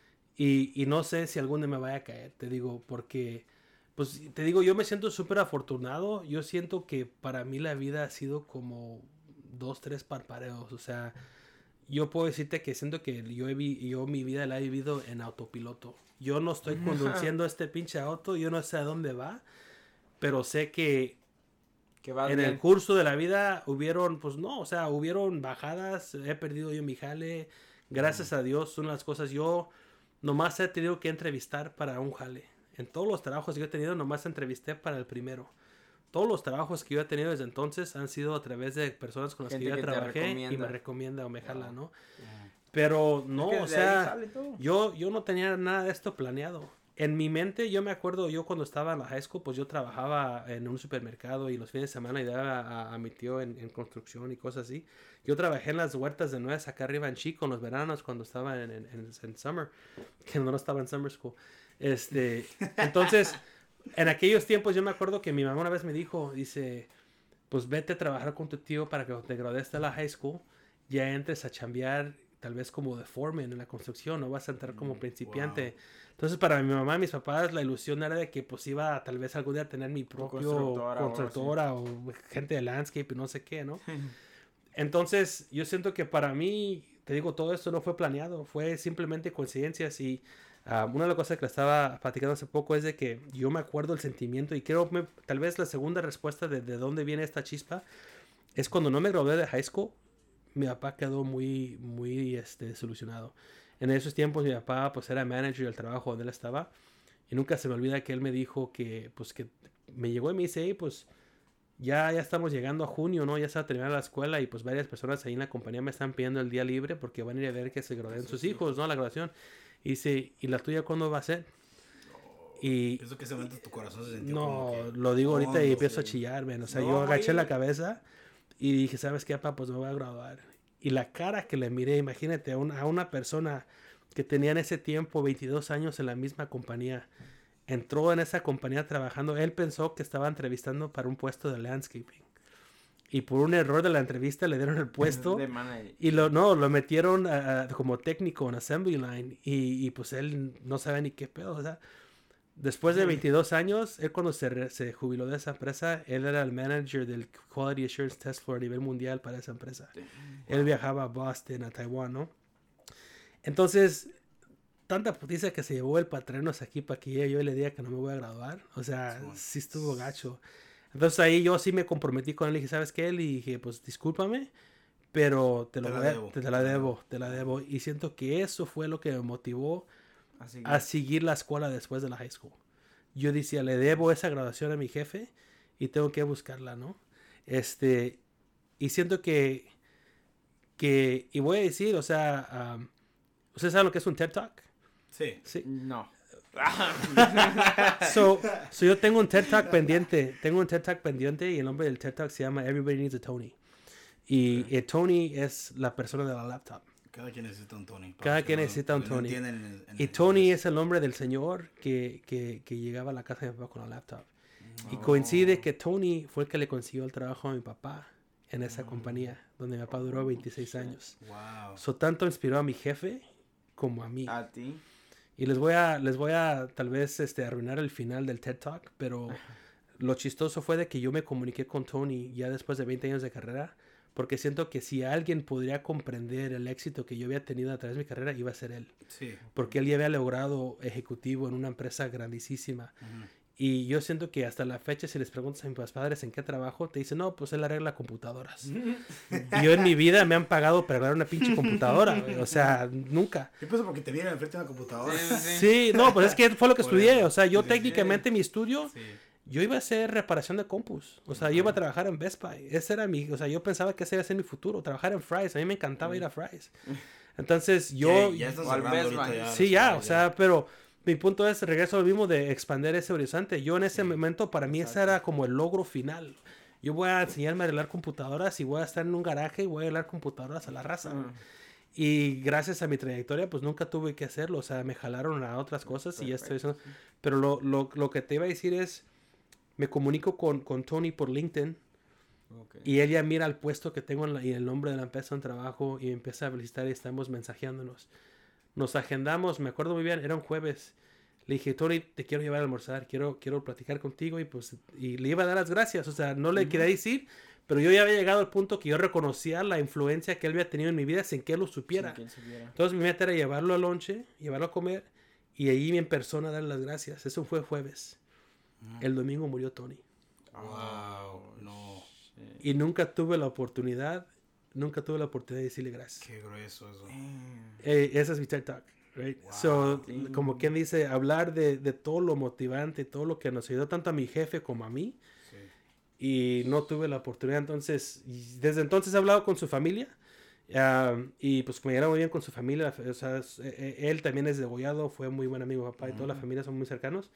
Y, y no sé si algún día me vaya a caer, te digo, porque... Pues te digo, yo me siento súper afortunado. Yo siento que para mí la vida ha sido como... dos, tres parpadeos, o sea, yo puedo decirte que siento que yo, he vi, yo mi vida la he vivido en autopiloto. Yo no estoy conduciendo este pinche auto, yo no sé a dónde va, pero sé que, que va en bien. el curso de la vida hubieron, pues no, o sea, hubieron bajadas, he perdido yo mi jale, gracias a Dios son las cosas, yo nomás he tenido que entrevistar para un jale. En todos los trabajos que yo he tenido, nomás entrevisté para el primero. Todos los trabajos que yo he tenido desde entonces han sido a través de personas con las Gente que yo que trabajé y me recomienda o me jala, wow. ¿no? Yeah. Pero no, es que o sea, yo, yo no tenía nada de esto planeado. En mi mente, yo me acuerdo, yo cuando estaba en la high school, pues yo trabajaba en un supermercado y los fines de semana ayudaba a, a mi tío en, en construcción y cosas así. Yo trabajé en las huertas de nuez acá arriba en Chico en los veranos cuando estaba en, en, en, en summer, que no estaba en summer school. Este, entonces... En aquellos tiempos yo me acuerdo que mi mamá una vez me dijo, dice, pues vete a trabajar con tu tío para que cuando te gradúes de la high school ya entres a chambear tal vez como de foreman en la construcción, no vas a entrar como principiante. Wow. Entonces para mi mamá y mis papás la ilusión era de que pues iba a, tal vez algún día a tener mi propio constructora, constructora o, o gente de landscape y no sé qué, ¿no? Entonces yo siento que para mí, te digo, todo esto no fue planeado, fue simplemente coincidencias y... Uh, una de las cosas que le estaba platicando hace poco es de que yo me acuerdo el sentimiento y creo me, tal vez la segunda respuesta de, de dónde viene esta chispa es cuando no me gradué de high school, mi papá quedó muy, muy este, desilusionado. En esos tiempos mi papá pues era manager del trabajo donde él estaba y nunca se me olvida que él me dijo que pues que me llegó y me dice, hey, pues ya, ya estamos llegando a junio, ¿no? Ya se va a terminar la escuela y pues varias personas ahí en la compañía me están pidiendo el día libre porque van a ir a ver que se gradúen sus hijos, ¿no? La graduación. Y dice, ¿y la tuya cuándo va a ser? Y pienso que ese momento tu corazón se sintió no, como que, lo digo ahorita oh, y no empiezo sé. a chillar, man. O sea, No, yo agaché y... la cabeza y dije, ¿sabes qué, papá? Pues me voy a graduar. Y la cara que le miré, imagínate, a una, a una persona que tenía en ese tiempo veintidós años en la misma compañía, entró en esa compañía trabajando, él pensó que estaba entrevistando para un puesto de landscaping. Y por un error de la entrevista le dieron el puesto y lo no lo metieron uh, como técnico en assembly line y, y pues él no sabe ni qué pedo, o sea, después de veintidós años, él cuando se, re, se jubiló de esa empresa, él era el manager del Quality Assurance Test Floor a nivel mundial para esa empresa. Wow. Él viajaba a Boston, a Taiwán, ¿no? Entonces, tanta putiza que se llevó el patronos aquí para que yo le diga que no me voy a graduar, o sea, sí estuvo gacho. Entonces ahí yo sí me comprometí con él y dije, ¿sabes qué? Le dije, pues discúlpame, pero te, lo te, voy, la, debo. Te, te la debo, te la debo. Y siento que eso fue lo que me motivó a seguir, a seguir la escuela después de la high school. Yo decía, le debo esa graduación a mi jefe y tengo que buscarla, ¿no? Este, y siento que, que y voy a decir, o sea, um, ¿ustedes saben lo que es un TED Talk? Sí. Sí. No. so, so yo tengo un TED Talk pendiente, tengo un TED Talk pendiente y el nombre del TED Talk se llama Everybody Needs a Tony. Y okay. eh, Tony es la persona de la laptop. Cada quien necesita un Tony. Cada quien no, necesita un Tony. No en el, en y Tony el... es el nombre del señor que, que, que llegaba a la casa de mi papá con la laptop. Oh. Y coincide que Tony fue el que le consiguió el trabajo a mi papá en esa oh. compañía, donde mi papá duró veintiséis años. Wow. So tanto inspiró a mi jefe como a mí. A ti. Y les voy a, les voy a tal vez este, arruinar el final del TED Talk, pero lo chistoso fue de que yo me comuniqué con Tony ya después de veinte años de carrera, porque siento que si alguien podría comprender el éxito que yo había tenido a través de mi carrera, iba a ser él. Sí. Porque él ya había logrado ejecutivo en una empresa grandísima. Uh-huh. Y yo siento que hasta la fecha, si les preguntas a mis padres en qué trabajo, te dicen, no, pues él arregla computadoras. Y yo en mi vida me han pagado para arreglar una pinche computadora, güey. O sea, nunca. Yo pienso porque te viene enfrente de una computadora. Sí, sí. sí, no, pues es que fue lo que estudié. O sea, yo sí, técnicamente sí. mi estudio... Sí. Yo iba a hacer reparación de compus. O sea, uh-huh. yo iba a trabajar en Best Buy. Ese era mi... O sea, yo pensaba que ese iba a ser mi futuro. Trabajar en Fry's. A mí me encantaba uh-huh. ir a Fry's. Entonces, yo... Ya, ya estás hablando ahorita ya. Sí, ya. O sea, pero... Mi punto es, regreso al mismo de expandir ese horizonte. Yo en ese sí. momento, para mí, ese era como el logro final. Yo voy a enseñarme a arreglar computadoras y voy a estar en un garaje y voy a arreglar computadoras a la raza. Uh-huh. Y gracias a mi trayectoria, pues nunca tuve que hacerlo. O sea, me jalaron a otras cosas Perfecto. y ya estoy haciendo... Pero lo, lo, lo que te iba a decir es... Me comunico con, con Tony por LinkedIn okay. y ella mira el puesto que tengo en la, y el nombre de la empresa en trabajo y empieza a felicitar y estamos mensajeándonos. Nos agendamos, me acuerdo muy bien, era un jueves. Le dije, Tony, te quiero llevar a almorzar, quiero, quiero platicar contigo y pues y le iba a dar las gracias. O sea, no le uh-huh. quería decir, pero yo ya había llegado al punto que yo reconocía la influencia que él había tenido en mi vida sin que él lo supiera. Él supiera. Entonces mi meta era llevarlo al lonche, llevarlo a comer y ahí en persona darle las gracias. Eso fue jueves. El domingo murió Tony. Wow, no. Y nunca tuve la oportunidad, nunca tuve la oportunidad de decirle gracias. Qué grueso eso. Eh, esa es mi TED Talk, right? Wow, so, damn. Como quien dice, hablar de, de todo lo motivante, todo lo que nos ayudó tanto a mi jefe como a mí. Sí. Y no tuve la oportunidad, entonces, desde entonces he hablado con su familia. Um, y pues me llevaba muy bien con su familia. O sea, él también es degollado, fue muy buen amigo de papá y uh-huh. toda la familia son muy cercanos.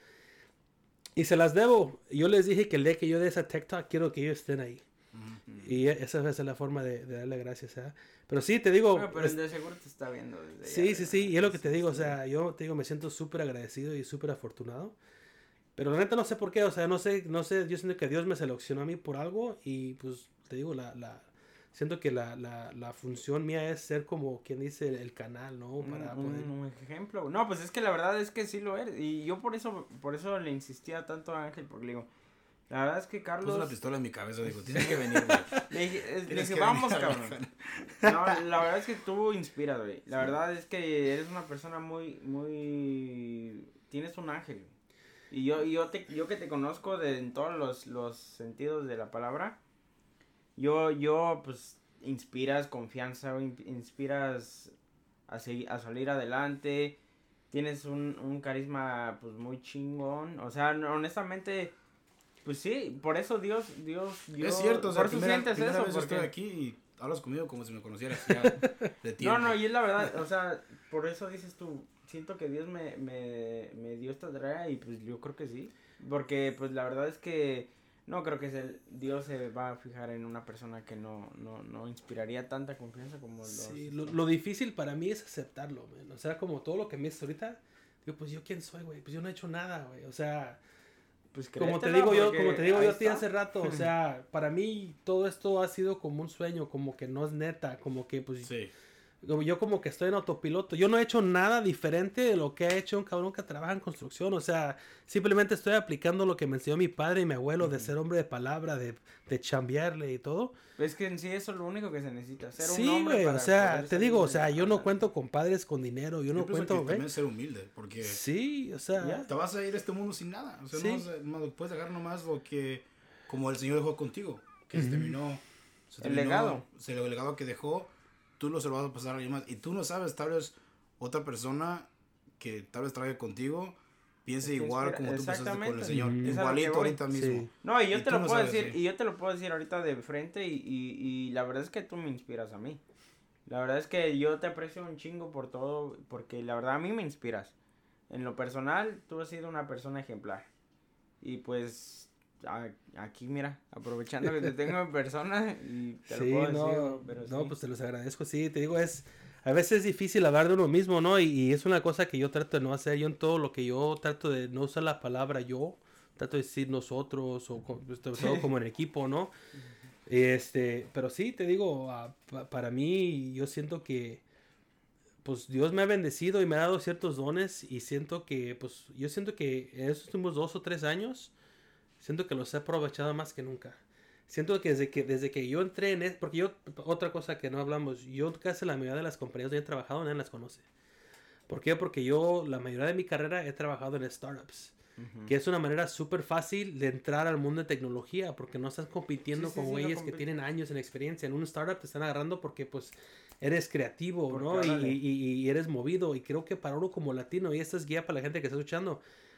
Y se las debo. Yo les dije que el día que yo dé esa TikTok, quiero que ellos estén ahí. Uh-huh. Y esa va a ser la forma de, de darle gracias. ¿eh? Pero sí, te digo... Bueno, pero es, de seguro te está viendo desde Sí, allá, sí, sí. Y es lo que te digo. O sea, yo te digo, me siento súper agradecido y súper afortunado. Pero la neta no sé por qué. O sea, no sé, no sé. Yo siento que Dios me seleccionó a mí por algo. Y pues, te digo, la... la siento que la, la, la función mía es ser como quien dice el, el canal, ¿no? Para un, poder... un ejemplo. No, pues es que la verdad es que sí lo eres. Y yo por eso por eso le insistía tanto a Ángel, porque le digo, la verdad es que Carlos... Puso una pistola en mi cabeza, digo, tienes que venir, güey. Le dije, le dije vamos, cabrón. No, la verdad es que tú inspiras, güey. La sí. verdad es que eres una persona muy, muy... Tienes un ángel, güey. Y yo, yo, te, yo que te conozco de, en todos los, los sentidos de la palabra... Yo, yo, pues, inspiras confianza, inspiras a, seguir, a salir adelante, tienes un, un carisma, pues, muy chingón, o sea, honestamente, pues sí, por eso Dios, Dios, yo, es cierto, o sea, por eso primera, sientes primera eso, vez porque... estoy aquí y hablas conmigo como si me conocieras ya de tiempo. No, no, y es la verdad, o sea, por eso dices tú, siento que Dios me, me, me dio esta tarea y, pues, yo creo que sí, porque, pues, la verdad es que no creo que el, Dios se va a fijar en una persona que no, no, no inspiraría tanta confianza como los... Sí, lo, lo difícil para mí es aceptarlo, man. O sea, como todo lo que me dices ahorita, digo, pues yo quién soy, güey, pues yo no he hecho nada, güey, o sea, pues como te digo yo, como te digo yo a ti hace rato, o sea, para mí todo esto ha sido como un sueño, como que no es neta, como que pues... Sí. Yo como que estoy en autopiloto. Yo no he hecho nada diferente de lo que ha hecho un cabrón que trabaja en construcción. O sea, simplemente estoy aplicando lo que me enseñó mi padre y mi abuelo, uh-huh. de ser hombre de palabra, de, de chambearle y todo. Es que en sí eso es lo único que se necesita. Ser sí, un hombre güey, o sea, te digo, o sea, yo no cuento con padres con dinero. Yo, yo no cuento, que también ser humilde, porque... Sí, o sea... Ya, te vas a ir a este mundo sin nada. O sea, sí. no, no puedes dejar nomás lo que... Como el Señor dejó contigo. Que uh-huh. se terminó... Se terminó el legado. Se, el legado que dejó... Tú lo se lo vas a pasar a alguien más. Y tú no sabes, tal vez otra persona que tal vez traiga contigo piense es igual espera, como tú pensaste con el Señor. Mm. Igualito ahorita mismo. Sí. No, y yo y te lo puedo sabes, decir, sí. y yo te lo puedo decir ahorita de frente y, y, y la verdad es que tú me inspiras a mí. La verdad es que yo te aprecio un chingo por todo, porque la verdad a mí me inspiras. En lo personal, tú has sido una persona ejemplar. Y pues... aquí mira, aprovechando que te tengo en persona y te sí, lo puedo no, decir, pero no, sí. pues te los agradezco, sí, te digo, es, a veces es difícil hablar de uno mismo, ¿no? Y, y es una cosa que yo trato de no hacer, yo en todo lo que yo trato de no usar la palabra yo, trato de decir nosotros, o pues, todo sí. como en equipo, ¿no? Este, pero sí, te digo, uh, para mí, yo siento que, pues, Dios me ha bendecido y me ha dado ciertos dones, y siento que, pues, yo siento que en estos últimos dos o tres años, siento que los he aprovechado más que nunca. Siento que desde que, desde que yo entré en esto, porque yo, otra cosa que no hablamos, yo casi la mayoría de las compañías donde he trabajado nadie las conoce. ¿Por qué? Porque yo la mayoría de mi carrera he trabajado en startups. Uh-huh. Que es una manera súper fácil de entrar al mundo de tecnología, porque no estás compitiendo sí, sí, con güeyes sí, no que tienen años en experiencia. En un startup te están agarrando porque pues eres creativo, por ¿no? Y, y, y eres movido. Y creo que para uno como latino, y esta es guía para la gente que está escuchando,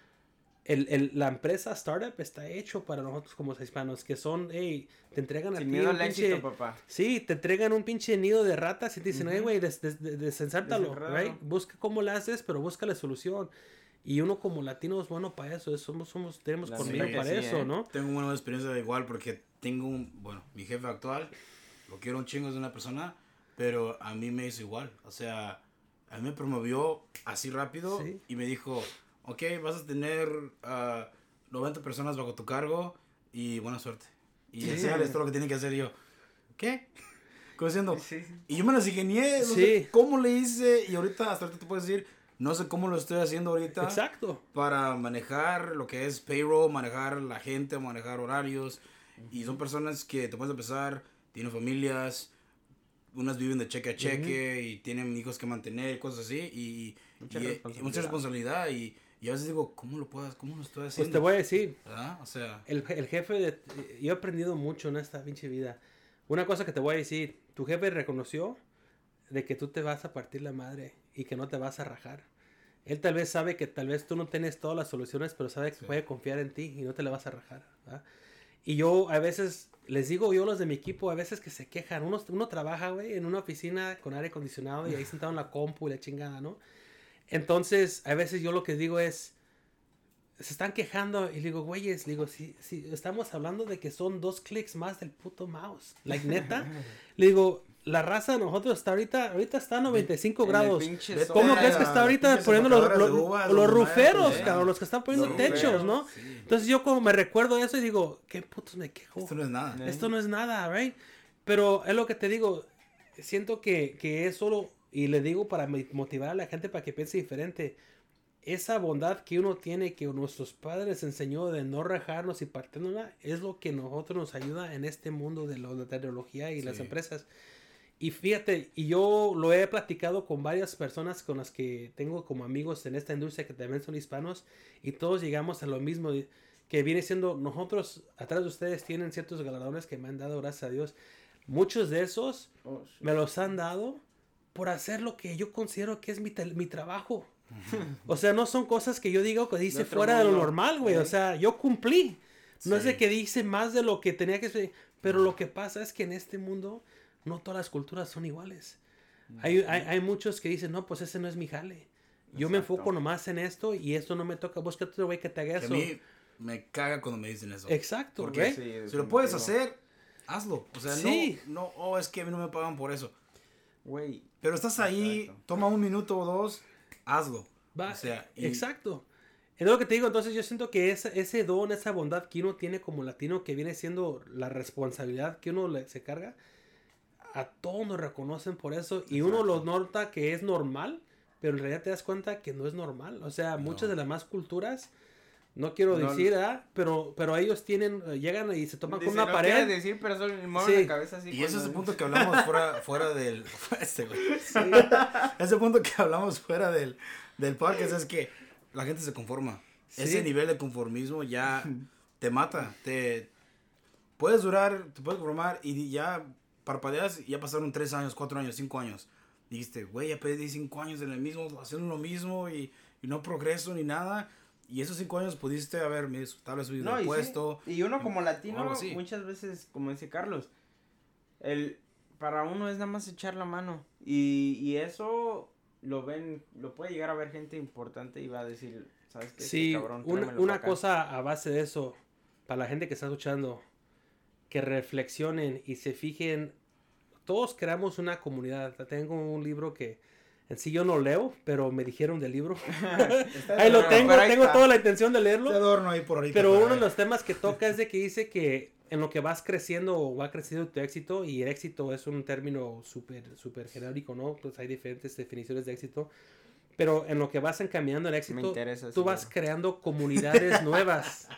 el, el, la empresa startup está hecho para nosotros como hispanos, que son, hey, te entregan a Sin ti miedo un al pinche... éxito, papá. Sí, te entregan un pinche nido de ratas y te dicen, hey, uh-huh. güey, des, des, des, desensártalo, right? Busca cómo lo haces, pero busca la solución. Y uno como latino es bueno para eso, somos, somos, tenemos conmigo para sí, eso, ¿eh? ¿no? Tengo una buena experiencia igual porque tengo un, bueno, mi jefe actual, lo quiero un chingo, es una persona, pero a mí me hizo igual, o sea, a mí me promovió así rápido ¿sí? Y me dijo, ok, vas a tener uh, noventa personas bajo tu cargo y buena suerte. Y sí. Enseñarles todo lo que tienen que hacer y yo, ¿qué? Como diciendo, sí, sí. Y yo me las ingenié, no sí. sé cómo le hice y ahorita hasta ahorita te puedo decir, no sé cómo lo estoy haciendo ahorita. Exacto. Para manejar lo que es payroll, manejar la gente, manejar horarios. Uh-huh. Y son personas que te puedes empezar, tienen familias, unas viven de cheque a cheque uh-huh. y tienen hijos que mantener, cosas así. Y mucha, y, responsabilidad. Y mucha responsabilidad. Y, y a veces digo, ¿cómo lo puedo, cómo lo estoy haciendo? Pues te voy a decir. ¿verdad? O sea. El, el jefe, de, yo he aprendido mucho en esta pinche vida. Una cosa que te voy a decir, tu jefe reconoció de que tú te vas a partir la madre y que no te vas a rajar. Él tal vez sabe que tal vez tú no tienes todas las soluciones, pero sabe que sí. puede confiar en ti y no te le vas a rajar, ¿verdad? Y yo a veces, les digo yo los de mi equipo, a veces que se quejan. Uno, uno trabaja, güey, en una oficina con aire acondicionado y ahí sentado en la compu y la chingada, ¿no? Entonces, a veces yo lo que digo es, se están quejando y digo, güeyes, digo, si, si estamos hablando de que son dos clics más del puto mouse, like neta, le digo, la raza de nosotros está ahorita, ahorita está a noventa y cinco grados. ¿Cómo crees que está ahorita poniendo los, los, uvas, los ruferos, eh. cabrón? Los que están poniendo los techos, ruferos, ¿no? Sí. Entonces yo como me recuerdo eso y digo, ¿qué putos me quejo? Esto no es nada. Esto no es nada, right? Pero es lo que te digo, siento que, que es solo, y le digo para motivar a la gente para que piense diferente, esa bondad que uno tiene, que nuestros padres enseñó de no rajarnos y partiéndola, es lo que nosotros nos ayuda en este mundo de la tecnología y sí. las empresas. Y fíjate, y yo lo he platicado con varias personas con las que tengo como amigos en esta industria que también son hispanos, y todos llegamos a lo mismo, que viene siendo, nosotros, atrás de ustedes tienen ciertos galardones que me han dado, gracias a Dios. Muchos de esos oh, sí. me los han dado por hacer lo que yo considero que es mi, mi trabajo. O sea, no son cosas que yo digo que dice fuera mundo. de lo normal, güey. ¿Eh? O sea, yo cumplí. No sí. es de que dice más de lo que tenía que ser, pero lo que pasa es que en este mundo no todas las culturas son iguales. No, hay, sí. hay, hay muchos que dicen, no, pues ese no es mi jale. Yo Exacto. me enfoco nomás en esto y esto no me toca. Busca otro güey que te haga eso. A mí me caga cuando me dicen eso. Exacto, porque sí, si lo puedes hacer, hazlo. O sea, sí. no, no, oh, es que a mí no me pagan por eso. Güey. Pero estás ahí, Exacto. toma un minuto o dos, hazlo. Va, o sea, y... Exacto. Es lo que te digo, entonces yo siento que ese, ese don, esa bondad que uno tiene como latino, que viene siendo la responsabilidad que uno le, se carga, a todos nos reconocen por eso y Exacto. uno lo nota que es normal, pero en realidad te das cuenta que no es normal. O sea, no. muchas de las más culturas, no quiero no, decir, ¿eh? pero pero ellos tienen, llegan y se toman dice, con una no pared. decir, pero son sí. la cabeza así. Y ese es el punto que hablamos fuera, fuera del... Este, sí. Ese punto que hablamos fuera del, del podcast es que la gente se conforma. Sí. Ese nivel de conformismo ya te mata. Te puedes durar, te puedes conformar y ya... parpadeas y ya pasaron tres años, cuatro años, cinco años. Dijiste, güey, ya pedí cinco años en el mismo, haciendo lo mismo y, y no progreso ni nada. Y esos cinco años pudiste haber, tal vez subido no, el y puesto. Sí. Y uno como latino, muchas veces, como dice Carlos, el, para uno es nada más echar la mano. Y, y eso lo ven, lo puede llegar a ver gente importante y va a decir, ¿sabes qué? Sí, este cabrón, una, una cosa a base de eso, para la gente que está escuchando, que reflexionen y se fijen. Todos creamos una comunidad. Tengo un libro que en sí yo no leo, pero me dijeron del libro. Ahí lo tengo, ahí tengo está. toda la intención de leerlo. Te adorno ahí por ahorita. Pero uno de los temas que toca es de que dice que en lo que vas creciendo o va creciendo tu éxito, y el éxito es un término súper súper genérico, ¿no? Pues hay diferentes definiciones de éxito. Pero en lo que vas encaminando el éxito, interesa, tú sí, vas bueno. creando comunidades nuevas.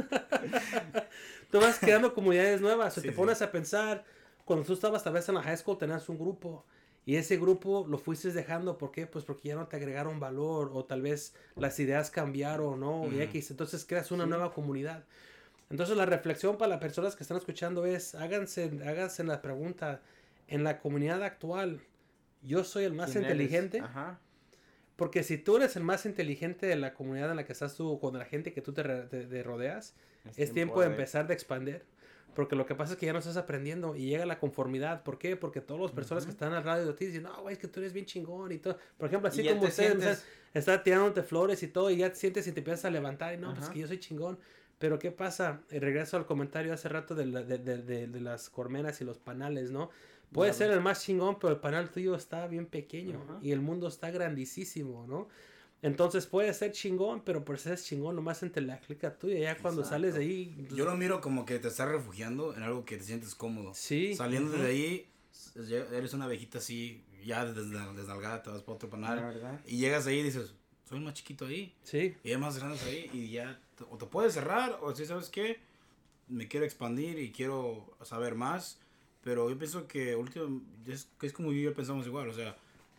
Tú vas creando comunidades nuevas. Sí, o te sí. pones a pensar, cuando tú estabas tal vez en la high school, tenías un grupo. Y ese grupo lo fuiste dejando. ¿Por qué? Pues porque ya no te agregaron valor. O tal vez las ideas cambiaron, ¿no? Uh-huh. Y X. Entonces creas una sí. nueva comunidad. Entonces la reflexión para las personas que están escuchando es, háganse, háganse la pregunta, en la comunidad actual, ¿yo soy el más inteligente? Ajá. Porque si tú eres el más inteligente de la comunidad en la que estás tú, con la gente que tú te, te, te rodeas, es, es tiempo de, de empezar de expandir. Porque lo que pasa es que ya no estás aprendiendo y llega la conformidad. ¿Por qué? Porque todas las personas uh-huh. que están al radio de ti dicen, no, güey, es que tú eres bien chingón y todo. Por ejemplo, así como ustedes sientes... están tirándote flores y todo y ya te sientes y te empiezas a levantar y no, uh-huh. pues que yo soy chingón. Pero ¿qué pasa? Y regreso al comentario hace rato de, la, de, de, de, de las colmenas y los panales, ¿no? Puede claro. ser el más chingón, pero el panal tuyo está bien pequeño uh-huh. y el mundo está grandísimo, ¿no? Entonces puede ser chingón, pero por ser chingón nomás entre la clica tuya. Ya cuando Exacto. sales de ahí... Pues... Yo lo miro como que te estás refugiando en algo que te sientes cómodo. Sí. Saliendo uh-huh. de ahí, eres una abejita así, ya desnalgada, te vas para otro panal. Y llegas ahí y dices, soy más chiquito ahí. Sí. Y hay más grandes ahí y ya... O te puedes cerrar, o si sabes qué, me quiero expandir y quiero saber más. Pero yo pienso que último, es, es como yo y él pensamos igual, o sea,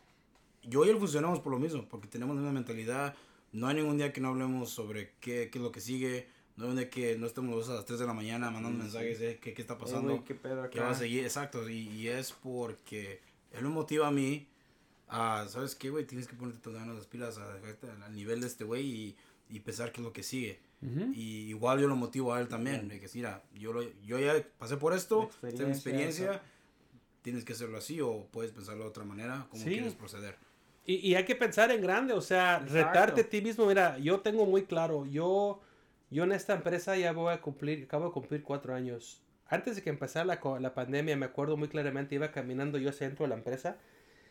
yo y él funcionamos por lo mismo, porque tenemos la misma mentalidad. No hay ningún día que no hablemos sobre qué, qué es lo que sigue. No hay un día que no estemos los dos a las tres de la mañana mandando sí, mensajes de qué, qué está pasando, hey, qué, pedo acá. qué va a seguir. Exacto, y, y es porque él me motiva a mí a, ¿sabes qué, güey? Tienes que ponerte todas las pilas a, a, al nivel de este güey y, y pensar qué es lo que sigue. Uh-huh. Y igual yo lo motivo a él también, uh-huh. de que mira, yo, lo, yo ya pasé por esto, esta es mi experiencia, esa. Tienes que hacerlo así o puedes pensarlo de otra manera, como sí. quieres proceder. Y, y hay que pensar en grande, o sea, Exacto. retarte a ti mismo. Mira, yo tengo muy claro, yo, yo en esta empresa ya voy a cumplir, acabo de cumplir cuatro años. Antes de que empezara la, la pandemia, me acuerdo muy claramente, iba caminando yo hacia dentro de la empresa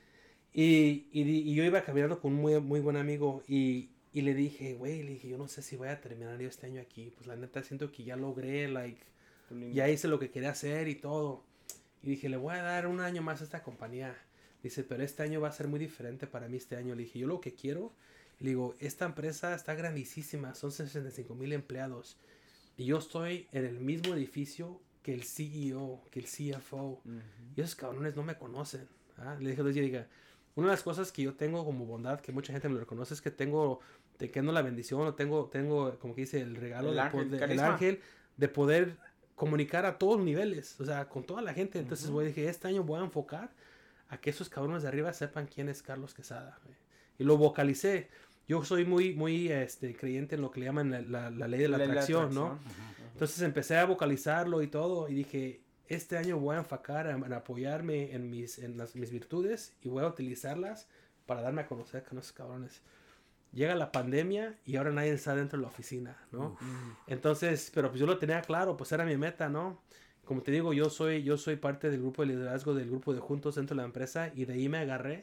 y, y, y yo iba caminando con un muy, muy buen amigo y... Y le dije, güey, le dije, yo no sé si voy a terminar yo este año aquí. Pues la neta siento que ya logré, like, ya hice lo que quería hacer y todo. Y dije, le voy a dar un año más a esta compañía. Dice, pero este año va a ser muy diferente para mí este año. Le dije, yo lo que quiero, le digo, esta empresa está grandísima, son sesenta y cinco mil empleados. Y yo estoy en el mismo edificio que el C E O, que el C F O. Uh-huh. Y esos cabrones no me conocen. ¿Ah? Le dije, le dije, una de las cosas que yo tengo como bondad, que mucha gente me lo reconoce, es que tengo, te quedo la bendición, o tengo, tengo, como que dice, el regalo, el, ángel, de, el ángel, de poder comunicar a todos niveles, o sea, con toda la gente. Entonces, güey, uh-huh. dije, este año voy a enfocar a que esos cabrones de arriba sepan quién es Carlos Quesada. Wey. Y lo vocalicé. Yo soy muy, muy este, creyente en lo que le llaman la, la, la ley de la, la atracción, atracción, ¿no? Uh-huh. Uh-huh. Entonces, empecé a vocalizarlo y todo, y dije... Este año voy a enfocar en, en apoyarme en, mis, en las, mis virtudes y voy a utilizarlas para darme a conocer con esos cabrones. Llega la pandemia y ahora nadie está dentro de la oficina, ¿no? Uf. Entonces, pero pues yo lo tenía claro, pues era mi meta, ¿no? Como te digo, yo soy, yo soy parte del grupo de liderazgo del grupo de Juntos dentro de la empresa y de ahí me agarré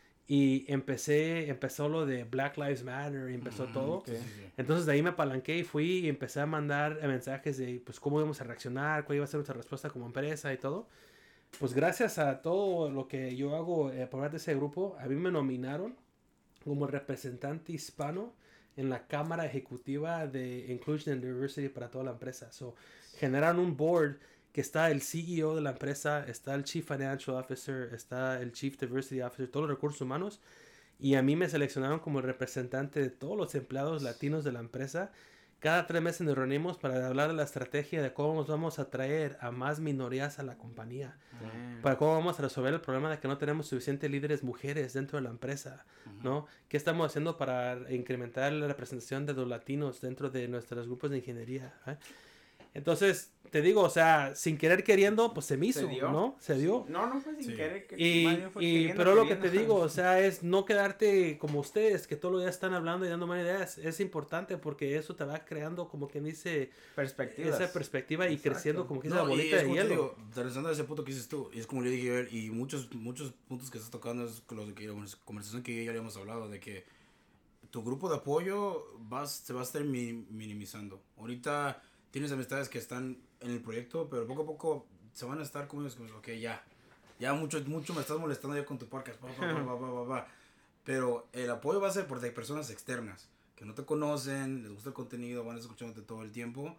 y empecé, empezó lo de Black Lives Matter y empezó mm, todo. Okay. Entonces de ahí me apalanqué y fui y empecé a mandar mensajes de pues cómo íbamos a reaccionar, cuál iba a ser nuestra respuesta como empresa y todo. Pues gracias a todo lo que yo hago eh, por parte de ese grupo, a mí me nominaron como representante hispano en la Cámara Ejecutiva de Inclusion and Diversity para toda la empresa. So, generaron un board que está el C E O de la empresa, está el Chief Financial Officer, está el Chief Diversity Officer, todos los recursos humanos, y a mí me seleccionaron como el representante de todos los empleados latinos de la empresa. Cada tres meses nos reunimos para hablar de la estrategia de cómo nos vamos a traer a más minorías a la compañía, mm. para cómo vamos a resolver el problema de que no tenemos suficientes líderes mujeres dentro de la empresa, uh-huh. ¿no? ¿Qué estamos haciendo para incrementar la representación de los latinos dentro de nuestros grupos de ingeniería? ¿eh? Entonces, te digo, o sea, sin querer queriendo, pues se me hizo, ¿Se ¿no? Se dio. No, no fue sin sí. querer. Que y, fue y pero lo que te digo, o sea, es no quedarte como ustedes, que todos los días están hablando y dando buenas ideas. Es importante porque eso te va creando, como quien dice, perspectivas. Esa perspectiva y Exacto. creciendo como que no, esa bolita de hielo. Digo, regresando a ese punto que dices tú, y es como le dije a él, y muchos, muchos puntos que estás tocando es los de que, la conversación que ya habíamos hablado, de que tu grupo de apoyo vas, se va a estar minimizando. Ahorita tienes amistades que están en el proyecto, pero poco a poco se van a estar como, ok, ya, ya mucho, mucho me estás molestando ya con tu podcast, pa, pa, pa, pa, pa, pa, pa. Pero el apoyo va a ser por de personas externas, que no te conocen, les gusta el contenido, van a estar escuchándote todo el tiempo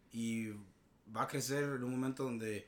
y va a crecer en un momento donde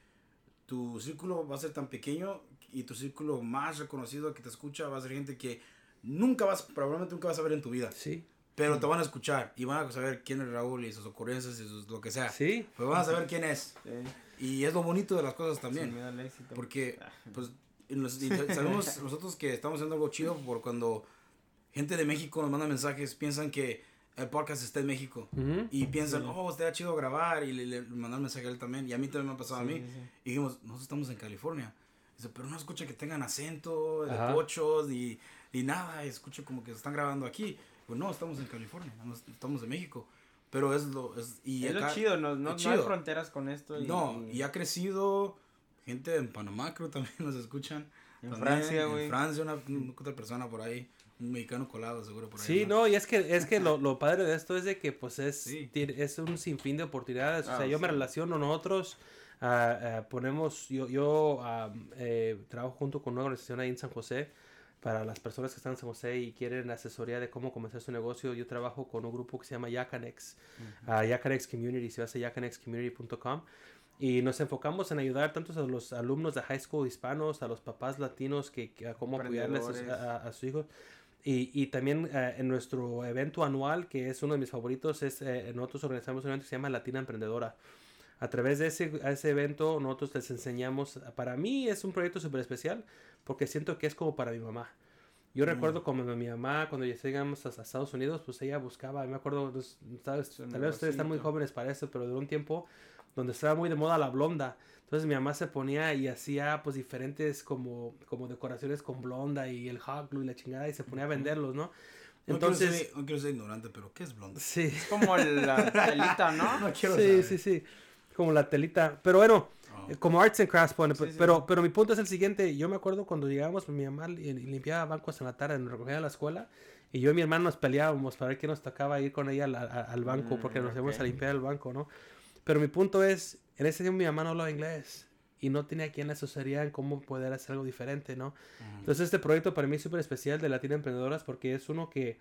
tu círculo va a ser tan pequeño y tu círculo más reconocido que te escucha va a ser gente que nunca vas, probablemente nunca vas a ver en tu vida. Sí. Pero te van a escuchar y van a saber quién es Raúl y sus ocurrencias y sus, lo que sea. Sí. Pues van a saber quién es. Sí. Y es lo bonito de las cosas también. Sí, me da el éxito. Porque, pues, nos, y sabemos nosotros que estamos haciendo algo chido por cuando gente de México nos manda mensajes, piensan que el podcast está en México. Uh-huh. Y piensan, sí. oh, estaría chido grabar. Y le, le mandan mensaje a él también. Y a mí también me ha pasado sí, a mí. Sí, sí. Y dijimos, nosotros estamos en California. Dice, pero no escucha que tengan acento, de Ajá. pochos, ni, ni nada. Escucho como que se están grabando aquí. Pues no, estamos en California, no, estamos en México. Pero es lo... Es, y es acá, lo chido, no, no, chido, no hay fronteras con esto. Y, no, y ha crecido. Gente en Panamá creo también nos escuchan. En también, Francia, güey. En Francia, una, una otra persona por ahí. Un mexicano colado, seguro por ahí. Sí, ¿no? no, y es que, es que lo, lo padre de esto es de que pues es, sí. es un sinfín de oportunidades. Ah, o sea, yo sí. me relaciono, nosotros uh, uh, ponemos, yo, yo uh, eh, trabajo junto con una organización ahí en San José. Para las personas que están en San José y quieren asesoría de cómo comenzar su negocio, yo trabajo con un grupo que se llama Yacanex, uh-huh. uh, Yacanex Community, se hace yacanex community punto com. Y nos enfocamos en ayudar tanto a los alumnos de high school hispanos, a los papás latinos, que, que a cómo apoyarles a, a, a sus hijos. Y, y también uh, en nuestro evento anual, que es uno de mis favoritos, es eh, nosotros organizamos un evento que se llama Latina Emprendedora. A través de ese, ese evento nosotros les enseñamos, para mí es un proyecto súper especial porque siento que es como para mi mamá. Yo mm. recuerdo como mi mamá, cuando llegamos a, a Estados Unidos, pues ella buscaba, me acuerdo, pues, ¿sabes? Tal vez ustedes están muy jóvenes para eso, pero de un tiempo donde estaba muy de moda la blonda. Entonces mi mamá se ponía y hacía pues diferentes como, como decoraciones con blonda y el hot glue y la chingada y se ponía a venderlos, ¿no? Entonces, no quiero ser, no quiero ser ignorante, pero ¿qué es blonda? Sí. Es como la telita, ¿no? No quiero sí, saber. sí, sí. Como la telita. Pero bueno, oh. como Arts and Crafts pone. Sí, pero, sí. pero mi punto es el siguiente. Yo me acuerdo cuando llegábamos, mi mamá limpiaba bancos en la tarde, nos recogía a la escuela. Y yo y mi hermano nos peleábamos para ver quién nos tocaba ir con ella al, al banco, mm, porque nos íbamos okay. a limpiar el banco, ¿no? Pero mi punto es, en ese tiempo mi mamá no hablaba inglés. Y no tenía quien le asesoraría en cómo poder hacer algo diferente, ¿no? Uh-huh. Entonces este proyecto para mí es súper especial de Latina Emprendedoras porque es uno que,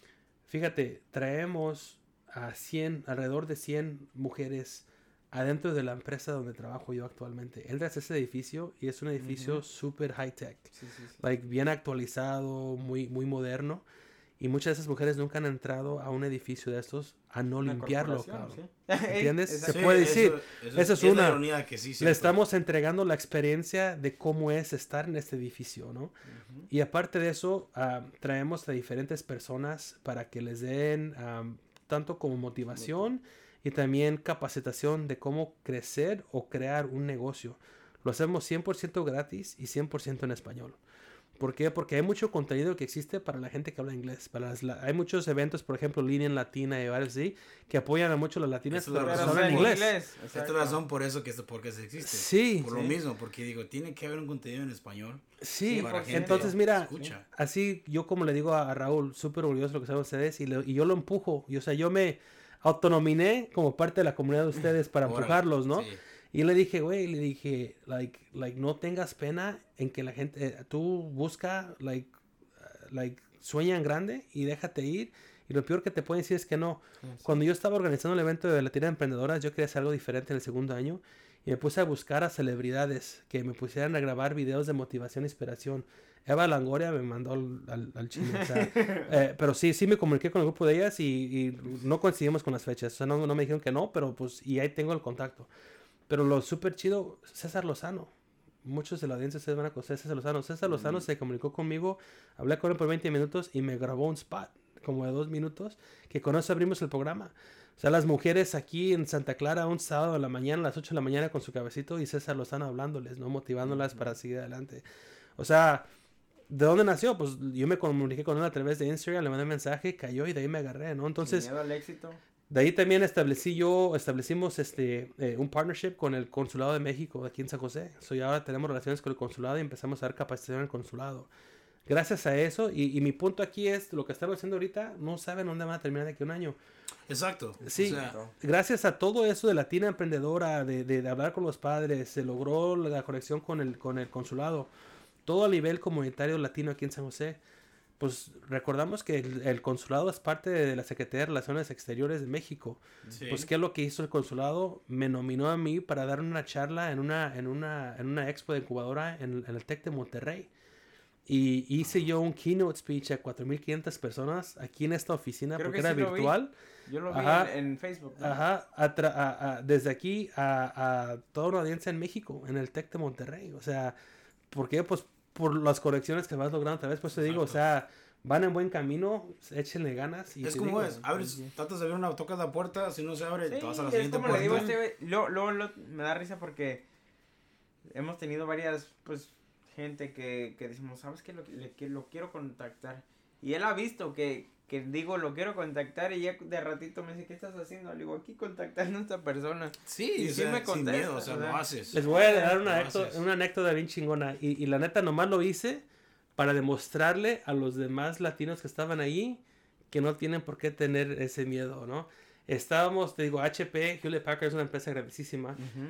fíjate, traemos a cien, alrededor de cien mujeres adentro de la empresa donde trabajo yo actualmente. Él hace ese edificio y es un edificio uh-huh. súper high-tech. Sí, sí, sí. Like, bien actualizado, muy, muy moderno. Y muchas de esas mujeres nunca han entrado a un edificio de estos a no una limpiarlo, cabrón. ¿Sí? ¿Entiendes? Se sí, puede decir. Eso, eso, eso es, es una. Ironía que sí, le estamos entregando la experiencia de cómo es estar en este edificio, ¿no? Uh-huh. Y aparte de eso, uh, traemos a diferentes personas para que les den um, tanto como motivación uh-huh. y también capacitación de cómo crecer o crear un negocio. Lo hacemos cien por ciento gratis y cien por ciento en español. ¿Por qué? Porque hay mucho contenido que existe para la gente que habla inglés. Para las, la, hay muchos eventos, por ejemplo, Línea Latina y varios así, que apoyan a mucho a las latinas, pero hablan inglés. inglés. Esta es la razón por eso que esto podcast existe. Sí. Por sí. lo mismo, porque digo, tiene que haber un contenido en español. Sí, para gente entonces mira, escucha. Así yo como le digo a, a Raúl, súper orgulloso de lo que saben ustedes, y, le, y yo lo empujo. Y, o sea, yo me autonominé como parte de la comunidad de ustedes para empujarlos, ¿no? Sí. Y le dije, güey, le dije, like, like, no tengas pena en que la gente, eh, tú busca, like, uh, like, sueña en grande y déjate ir. Y lo peor que te pueden decir es que no. Sí. Cuando yo estaba organizando el evento de Latina Emprendedoras, yo quería hacer algo diferente en el segundo año. Y me puse a buscar a celebridades que me pusieran a grabar videos de motivación e inspiración. Eva Longoria me mandó al, al, al chino. O sea, eh, pero sí, sí me comuniqué con el grupo de ellas y, y no coincidimos con las fechas. O sea, no, no me dijeron que no, pero pues, y ahí tengo el contacto. Pero lo súper chido, César Lozano. Muchos de la audiencia se van a conocer César Lozano. César Lozano mm. se comunicó conmigo, hablé con él por veinte minutos y me grabó un spot como de dos minutos, que con eso abrimos el programa. O sea, las mujeres aquí en Santa Clara un sábado de la mañana, a las ocho de la mañana con su cabecito y César Lozano hablándoles, ¿no? Motivándolas mm. para seguir adelante. O sea, ¿de dónde nació? Pues yo me comuniqué con él a través de Instagram, le mandé un mensaje, cayó y de ahí me agarré, ¿no? Entonces... Sin miedo al éxito. De ahí también establecí yo, establecimos este, eh, un partnership con el Consulado de México aquí en San José. So, y ahora tenemos relaciones con el consulado y empezamos a dar capacitación al consulado. Gracias a eso, y, y mi punto aquí es, lo que estamos haciendo ahorita, no saben dónde van a terminar de aquí a un año. Exacto. Sí, o sea, gracias a todo eso de Latina Emprendedora, de, de, de hablar con los padres, se logró la conexión con el, con el consulado. Todo a nivel comunitario latino aquí en San José. pues recordamos que el, el consulado es parte de la Secretaría de Relaciones Exteriores de México. Sí. Pues, ¿qué es lo que hizo el consulado? Me nominó a mí para dar una charla en una, en una, en una expo de incubadora en, en el TEC de Monterrey. Y hice yo un keynote speech a cuatro mil quinientas personas aquí en esta oficina. Creo porque era sí virtual. Lo yo lo vi ajá, en, en Facebook. ¿No? Ajá, a a, a, desde aquí a, a toda una audiencia en México, en el TEC de Monterrey. O sea, ¿por qué? Pues por las conexiones que vas logrando otra vez. Pues te digo, o sea, van en buen camino, échenle ganas. Y es como digo, es, abres, sí. tratas de abrir una, tocas la puerta, si no se abre, sí, te vas a la es siguiente como puerta. Le digo a este, lo, lo, lo, me da risa porque hemos tenido varias, pues, gente que, que decimos, ¿sabes qué? Lo, le, que lo quiero contactar. Y él ha visto que, que digo, lo quiero contactar y ya de ratito me dice, ¿qué estás haciendo? Le digo, aquí contactando a esta persona. Sí, y o sí sea, me contesta, sin miedo, o sea, o sea, lo haces. Les voy a dar una, anécdota, una anécdota bien chingona. Y, y la neta nomás lo hice para demostrarle a los demás latinos que estaban ahí que no tienen por qué tener ese miedo, ¿no? Estábamos, te digo, H P, Hewlett Packard es una empresa grandísima. Uh-huh.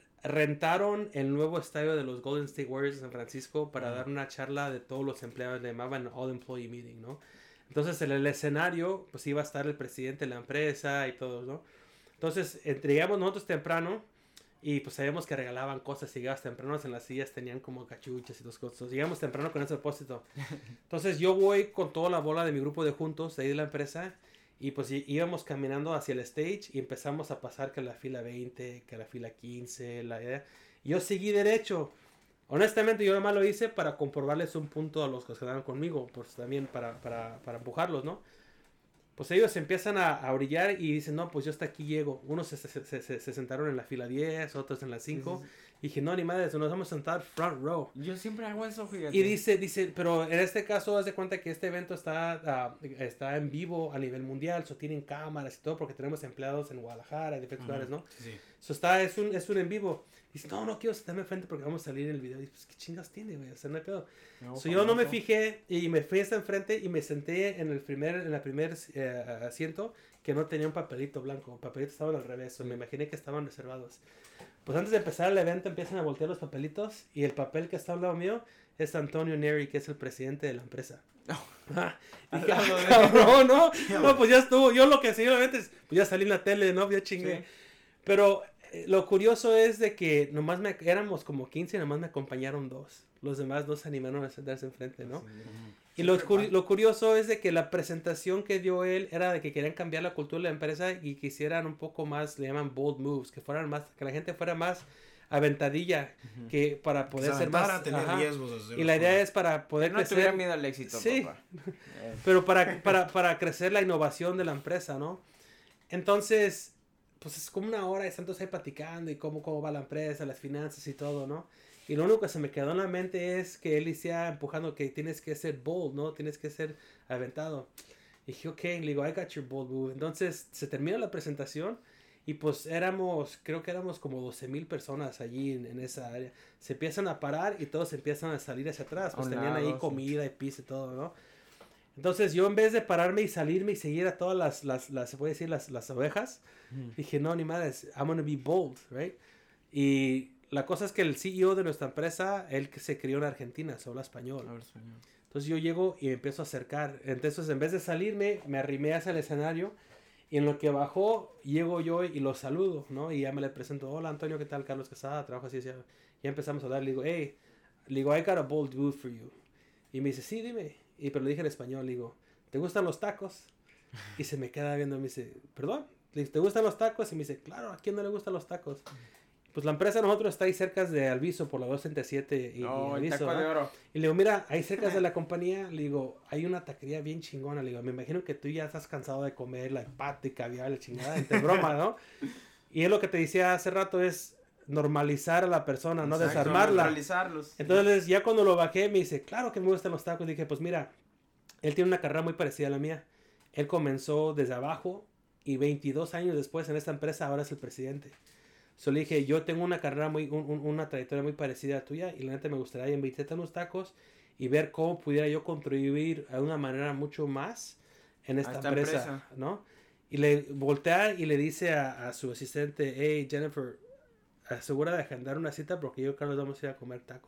Rentaron el nuevo estadio de los Golden State Warriors de San Francisco para uh-huh. dar una charla de todos los empleados, le llamaban All Employee Meeting, ¿no? Entonces en el escenario pues iba a estar el presidente de la empresa y todos, ¿no? Entonces entregamos nosotros temprano y pues sabíamos que regalaban cosas. Si llegabas temprano en las sillas tenían como cachuchas y dos cosas. Llegamos temprano con ese propósito. Entonces yo voy con toda la bola de mi grupo de juntos de ahí de la empresa. Y pues íbamos caminando hacia el stage y empezamos a pasar que la fila veinte, que la fila quince, la idea. Yo seguí derecho. Honestamente yo nomás lo hice para comprobarles un punto a los que quedaban conmigo, pues también para, para, para empujarlos, ¿no? Pues ellos empiezan a, a brillar y dicen, no, pues yo hasta aquí llego. Unos se, se, se, se, se sentaron en la fila diez, otros en la cinco. Sí, sí, sí. Y dije, no, ni madre, nos vamos a sentar front row. Yo siempre hago eso, fíjate. Y dice, dice, pero en este caso, haz de cuenta que este evento está, uh, está en vivo a nivel mundial. So, tienen cámaras y todo, porque tenemos empleados en Guadalajara, en diferentes lugares, ¿no? Sí. So, está, es un, es un en vivo. Dice, no, no quiero sentarme enfrente porque vamos a salir en el video. Y pues, ¿qué chingas tiene, güey? O sea, no hay pedo. No, so, yo no me fijé y me fui hasta enfrente y me senté en el primer, en la primer eh, asiento que no tenía un papelito blanco. El papelito estaba al revés. So, me imaginé que estaban reservados. Pues antes de empezar el evento empiezan a voltear los papelitos y el papel que está al lado mío es Antonio Neri, que es el presidente de la empresa. No. Ah, dije, ah, cabrón, no, no, pues ya estuvo. Yo lo que sí, obviamente, pues ya salí en la tele, ¿no? Ya chingué. Sí. Pero eh, lo curioso es de que nomás me, éramos como quince y nomás me acompañaron dos. Los demás no se animaron a sentarse enfrente, ¿no? Sí. Y lo, curi- lo curioso es de que la presentación que dio él era de que querían cambiar la cultura de la empresa y quisieran un poco más, le llaman bold moves, que fueran más, que la gente fuera más aventadilla, uh-huh. que para poder que ser más a tener riesgos, y la idea es para poder no crecer, tuviera miedo al éxito, sí, papá. pero para, para, para crecer la innovación de la empresa, ¿no? Entonces, pues es como una hora de tantos ahí platicando y cómo, cómo va la empresa, las finanzas y todo, ¿no? Y lo único que se me quedó en la mente es que él decía empujando que tienes que ser bold, ¿no? Tienes que ser aventado. Y dije, ok, le digo, I got your bold move. Entonces se termina la presentación y pues éramos, creo que éramos como doce mil personas allí en, en esa área. Se empiezan a parar y todos empiezan a salir hacia atrás. Pues oh, tenían no, ahí no, comida sí. y pizza y todo, ¿no? Entonces yo en vez de pararme y salirme y seguir a todas las, las, las se puede decir, las, las ovejas, mm. dije, no, ni madres, I'm gonna be bold, right? Y la cosa es que el C E O de nuestra empresa, él que se crió en Argentina, se habla español. Habla español. Entonces yo llego y me empiezo a acercar. Entonces en vez de salirme, me arrimé hacia el escenario. Y en lo que bajó, llego yo y lo saludo, ¿no? Y ya me le presento, hola Antonio, ¿qué tal? Carlos Quesada, trabajo así, así. Ya empezamos a hablar, le digo, hey, le digo, I got a bold move for you. Y me dice, sí, dime. Y pero le dije en español, le digo, ¿te gustan los tacos? Y se me queda viendo y me dice, ¿perdón? Le digo, ¿te gustan los tacos? Y me dice, claro, ¿a quién no le gustan los tacos? Pues la empresa de nosotros está ahí cerca de Alviso, por la doscientos treinta y siete y, oh, y Alviso, taco ¿no? de oro. Y le digo, mira, ahí cerca de la compañía, le digo, hay una taquería bien chingona. Le digo, me imagino que tú ya estás cansado de comer la pata y caviar, la chingada, entre broma, ¿no? Y es lo que te decía hace rato, es normalizar a la persona, no Exacto, desarmarla. Normalizarlos. Entonces, ya cuando lo bajé, me dice, claro que me gustan los tacos. Dije, pues mira, él tiene una carrera muy parecida a la mía. Él comenzó desde abajo y veintidós años después en esta empresa ahora es el presidente. So le dije, yo tengo una carrera muy, un, un, una trayectoria muy parecida a tuya y la neta me gustaría invitarte a unos tacos y ver cómo pudiera yo contribuir de una manera mucho más en esta, esta empresa, empresa, ¿no? Y le voltea y le dice a, a su asistente, hey Jennifer, asegura de agendar una cita porque yo y Carlos vamos a ir a comer tacos.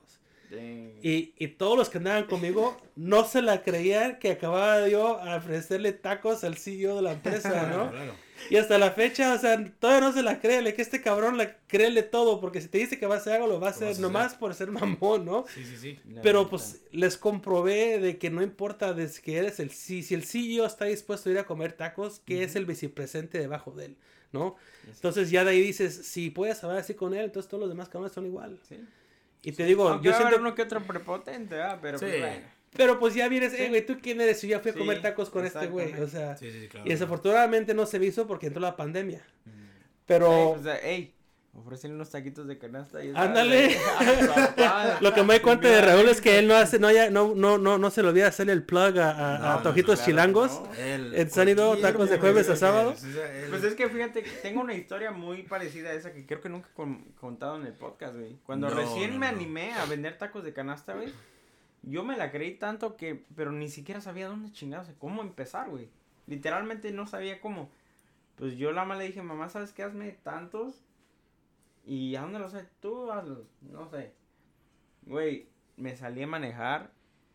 Y, y todos los que andaban conmigo no se la creían que acababa yo a ofrecerle tacos al C E O de la empresa, ¿no? Claro. Y hasta la fecha, o sea, todavía no se la cree, que este cabrón la créele todo, porque si te dice que va a hacer algo, lo va a hacer nomás por ser mamón, ¿no? Sí, sí, sí. Pero pues les comprobé de que no importa desde que eres el si, si el C E O está dispuesto a ir a comer tacos, que uh-huh. es el vicepresidente debajo de él, ¿no? Sí. Entonces ya de ahí dices, si puedes hablar así con él, entonces todos los demás cabrones son igual. Sí. Y te digo, aunque yo siento uno que otro prepotente, ¿verdad? Pero sí. pues bueno. Pero pues ya vienes, eh, güey, ¿tú quién eres? Yo ya fui a comer sí, tacos con este güey, o sea. Sí, sí, claro. Y desafortunadamente no se hizo porque entró la pandemia. Mm. Pero. O sea, ey, ofrecen unos taquitos de canasta y ándale. Lo que me doy cuenta de Raúl es que él no hace, no, ya, no, no, no, no se lo olvida hacerle el plug a, a, no, a Tojitos no, claro, Chilangos. No. En Sanido, tacos de jueves a sábado. Pues es que fíjate, tengo una historia muy parecida a esa que creo que nunca he contado en el podcast, güey. Cuando no, recién no, me no. animé a vender tacos de canasta, güey. Yo me la creí tanto que, pero ni siquiera sabía dónde chingados, cómo empezar, güey. Literalmente no sabía cómo. Pues yo la mamá le dije, mamá, ¿sabes qué? Hazme tantos. ¿Y a dónde los haces? Tú hazlos, no sé. Güey, me salí a manejar.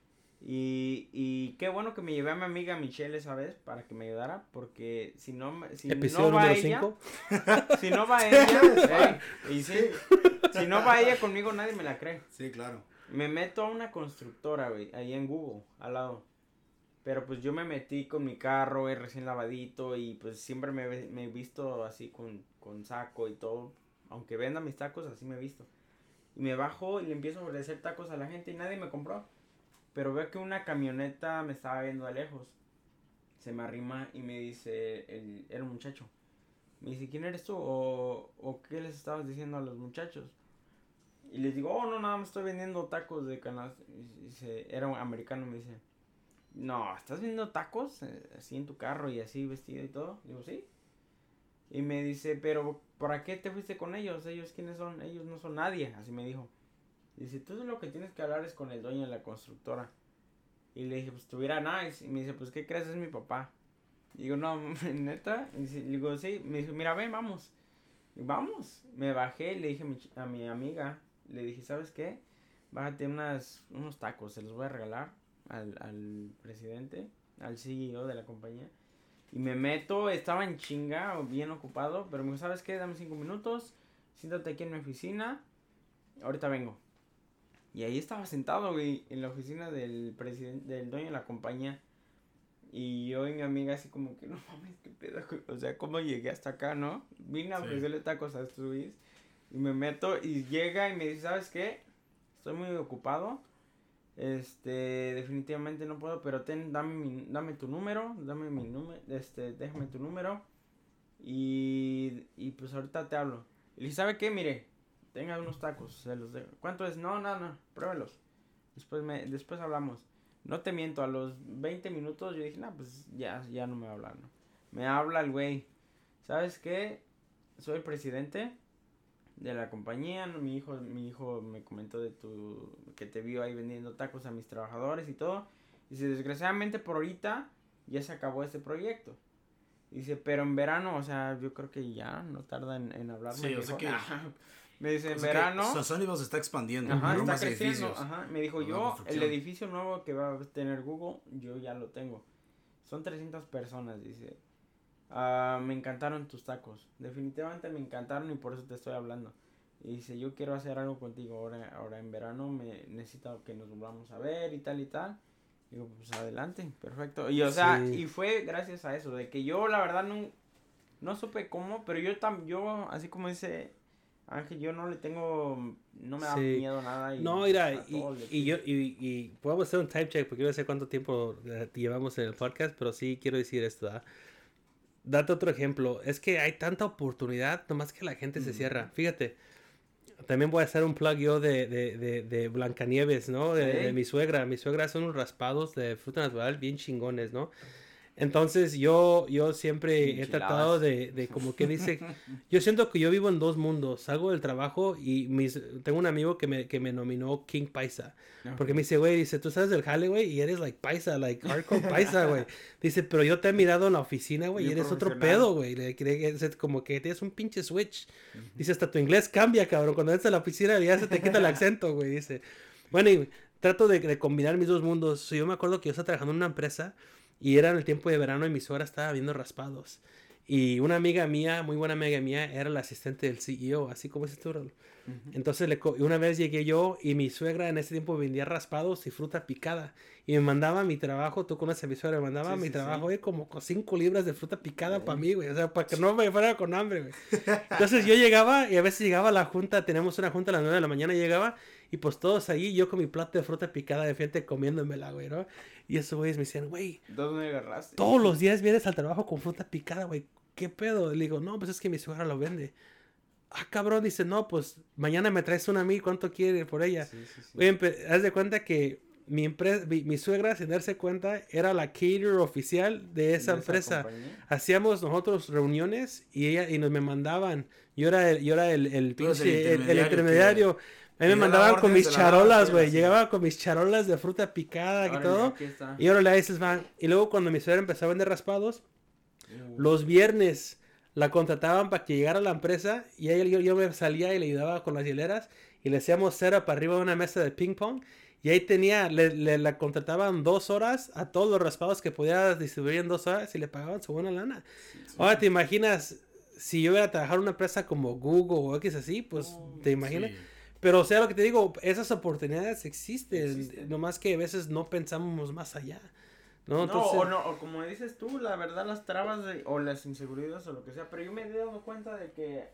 Y, y qué bueno que me llevé a mi amiga Michelle esa vez para que me ayudara. Porque si no, si Episodio no va número ella, cinco. Si no va ella, hey, y sí, si no va ella conmigo nadie me la cree. Sí, claro. Me meto a una constructora, güey, ahí en Google, al lado. Pero pues yo me metí con mi carro, güey, recién lavadito. Y pues siempre me, me he visto así con, con saco y todo. Aunque venda mis tacos, así me he visto. Y me bajo y le empiezo a ofrecer tacos a la gente y nadie me compró. Pero veo que una camioneta me estaba viendo a lejos. Se me arrima y me dice, el, era un muchacho. Me dice, ¿quién eres tú? O, o ¿qué les estabas diciendo a los muchachos? Y les digo, oh, no, nada más estoy vendiendo tacos de canasta. Y dice, era un americano, me dice, no, ¿estás vendiendo tacos? Eh, así en tu carro y así vestido y todo. Digo, sí. Y me dice, pero ¿para qué te fuiste con ellos? ¿Ellos quiénes son? Ellos no son nadie. Así me dijo. Dice, tú lo que tienes que hablar es con el dueño de la constructora. Y le dije, pues estuviera nice. Y me dice, pues ¿qué crees? Es mi papá. Y digo, no, neta. Y dice, digo, sí. Me dice, mira, ven, vamos. Y vamos. Me bajé y le dije a mi, a mi amiga. Le dije, ¿sabes qué? Bájate unas, unos tacos, se los voy a regalar al, al presidente, al C E O de la compañía. Y me meto, estaba en chinga, bien ocupado, pero me dijo, ¿sabes qué? Dame cinco minutos, siéntate aquí en mi oficina, ahorita vengo. Y ahí estaba sentado, güey, en la oficina del presidente, del dueño de la compañía. Y yo y mi amiga así como que, no mames, qué pedo, o sea, ¿cómo llegué hasta acá, no? Vine a ofrecerle sí. tacos a estos güeyes. Y me meto y llega y me dice, ¿sabes qué? Estoy muy ocupado. Este, definitivamente no puedo, pero ten, dame mi, dame tu número, dame mi número, este, déjame tu número. Y, y pues ahorita te hablo. Y le dije, ¿sabe qué? Mire, tenga unos tacos, se los dejo. ¿Cuánto es? No, no, no, pruébelos. Después me, después hablamos. No te miento, a los veinte minutos yo dije, no, pues ya, ya no me va a hablar, ¿no? Me habla el güey. ¿Sabes qué? Soy el presidente de la compañía, mi hijo, mi hijo me comentó de tu, que te vio ahí vendiendo tacos a mis trabajadores y todo. Dice, desgraciadamente por ahorita ya se acabó este proyecto. Dice, pero en verano, o sea, yo creo que ya no tarda en, en hablarme. Sí, o sea que... Me dice, en o sea verano... Sony se está expandiendo. Ajá, está creciendo. Ajá. Me dijo, yo, el edificio nuevo que va a tener Google, yo ya lo tengo. Son trescientas personas, dice. Uh, me encantaron tus tacos. Definitivamente me encantaron y por eso te estoy hablando. Y dice, yo quiero hacer algo contigo ahora, ahora en verano. Me necesito que nos volvamos a ver y tal y tal. Digo, pues adelante, perfecto. Y o sea, sí. Y fue gracias a eso, de que yo la verdad no, no supe cómo, pero yo tam, yo, así como dice Ángel, yo no le tengo, no me da sí. miedo nada. Y, no, mira, y, y yo, y, y podemos hacer un time check, porque yo no sé cuánto tiempo llevamos en el podcast, pero sí quiero decir esto, ¿verdad? Date otro ejemplo, es que hay tanta oportunidad, nomás que la gente mm. se cierra. Fíjate, también voy a hacer un plug yo de, de, de, de Blancanieves, ¿no? De, ¿sí? de mi suegra. Mi suegra hace unos raspados de fruta natural bien chingones, ¿no? Entonces yo, yo siempre he tratado de, de como que dice, yo siento que yo vivo en dos mundos, salgo del trabajo y mis, tengo un amigo que me, que me nominó King Paisa, okay. Porque me dice, güey, dice, tú sabes del jale, güey, y eres like paisa, like hardcore paisa, güey. Dice, pero yo te he mirado en la oficina, güey, y eres otro pedo, güey, como que tienes un pinche switch. Uh-huh. Dice, hasta tu inglés cambia, cabrón, cuando entras a la oficina ya se te quita el acento, güey, dice. Bueno, y trato de, de combinar mis dos mundos. Yo me acuerdo que yo estaba trabajando en una empresa y era en el tiempo de verano y mi suegra estaba viendo raspados. Y una amiga mía, muy buena amiga mía, era la asistente del C E O, así como ese tú. Uh-huh. Entonces, le, una vez llegué yo y mi suegra en ese tiempo vendía raspados y fruta picada. Y me mandaba mi trabajo, tú conoces a mi suegra, me mandaba sí, mi sí, trabajo, sí. como con cinco libras de fruta picada sí. para mí, güey. O sea, para que no me fuera con hambre, güey. Entonces, yo llegaba y a veces llegaba a la junta, tenemos una junta a las nueve de la mañana, llegaba y pues todos ahí, yo con mi plato de fruta picada de frente comiéndomela, güey, ¿no? Y esos güeyes me decían, güey, ¿dónde agarraste? Todos los días vienes al trabajo con fruta picada, güey. ¿Qué pedo? Le digo, no, pues es que mi suegra lo vende. Ah, cabrón, dice, no, pues mañana me traes una a mí, ¿cuánto quiere por ella? Sí, sí, sí. Oye, haz de cuenta que mi, empresa, mi, mi suegra, sin darse cuenta, era la caterer oficial de esa ¿De empresa. Esa Hacíamos nosotros reuniones y ella y nos me mandaban. Yo era el, yo era el, el pinche, el, el intermediario. A mí me mandaban con mis charolas, güey. Llegaba con mis charolas de fruta picada y todo. Y ahora le dices, van. Y luego cuando mi suegra empezó a vender raspados, uh. los viernes la contrataban para que llegara a la empresa. Y ahí yo, yo me salía y le ayudaba con las hieleras. Y le hacíamos cera para arriba de una mesa de ping pong. Y ahí tenía, le, le la contrataban dos horas a todos los raspados que podía distribuir en dos horas. Y le pagaban su buena lana. Sí, sí. Ahora te imaginas, si yo iba a trabajar en una empresa como Google o X así, pues oh, te imaginas. Sí. Pero, o sea, lo que te digo, esas oportunidades existen, existen. Nomás que a veces no pensamos más allá. No, no, Entonces... o, no o como dices tú, la verdad, las trabas de, o las inseguridades o lo que sea. Pero yo me he dado cuenta de que,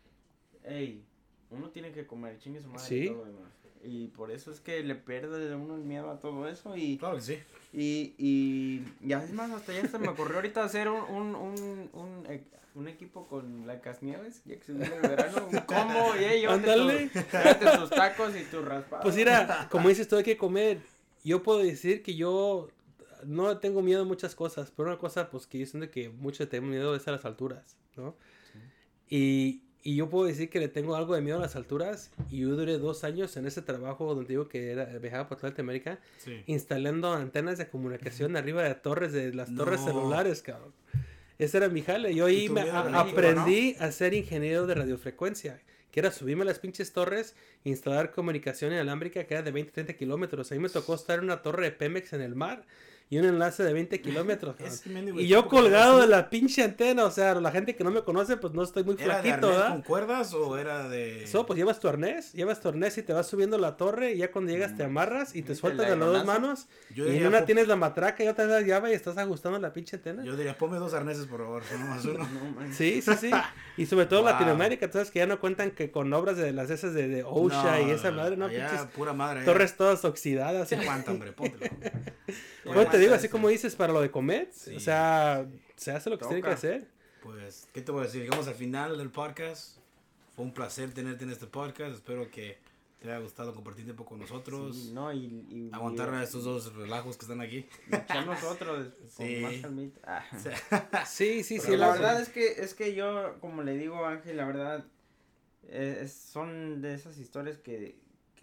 hey, uno tiene que comer, chingue su madre ¿Sí? y todo lo demás. Y por eso es que le pierde uno el miedo a todo eso. Y, claro que sí. Y, y, y además, hasta ya se me ocurrió ahorita hacer un, un, un, un, un equipo con la Casnieves, ya que se viene el verano, un combo, y hey, llévate, tu, llévate tus tacos y tus raspados. Pues mira, como dices, todo hay que comer. Yo puedo decir que yo no tengo miedo a muchas cosas, pero una cosa, pues, que yo siento que muchos tenemos miedo es a las alturas, ¿no? Sí. Y, y yo puedo decir que le tengo algo de miedo a las alturas, y yo duré dos años en ese trabajo donde digo que era, viajaba por toda Latinoamérica, sí. instalando antenas de comunicación arriba de torres, de las torres no. celulares, cabrón. Ese era mi jale. Yo ahí me a, México, aprendí ¿no? a ser ingeniero de radiofrecuencia, que era subirme a las pinches torres, instalar comunicación inalámbrica que era de veinte a treinta kilómetros. Ahí me tocó estar en una torre de Pemex en el mar y un enlace de veinte kilómetros. Y yo colgado de la pinche antena, o sea, la gente que no me conoce, pues no estoy muy ¿Era flaquito, de ¿verdad? ¿Con cuerdas o era de...? So, pues llevas tu arnés, llevas tu arnés y te vas subiendo la torre y ya cuando llegas te amarras y te sueltas de las dos manos yo y en una tienes la matraca y otra la llave y estás ajustando la pinche antena. Yo diría, ponme dos arneses, por favor, no más uno. Sí, sí, sí. Y sobre todo wow. Latinoamérica, sabes que ya no cuentan que con obras de las esas de, de OSHA no, y esa madre, ¿no? Pinches pura madre. Torres todas oxidadas. Sí, aguanta, hombre, póntelo. Bueno, te digo, así como dices, para lo de comer, sí, o sea, sí. se hace lo que Toca. se tiene que hacer. Pues, ¿qué te voy a decir? Llegamos al final del podcast. Fue un placer tenerte en este podcast. Espero que te haya gustado compartir tiempo con nosotros. Sí, no, y, y aguantar y, a estos dos relajos que están aquí. Echar nosotros sí. con más calmita. Ah. Sí, sí, sí. Pero la verdad es que, es que yo, como le digo a Ángel, la verdad, es, son de esas historias que,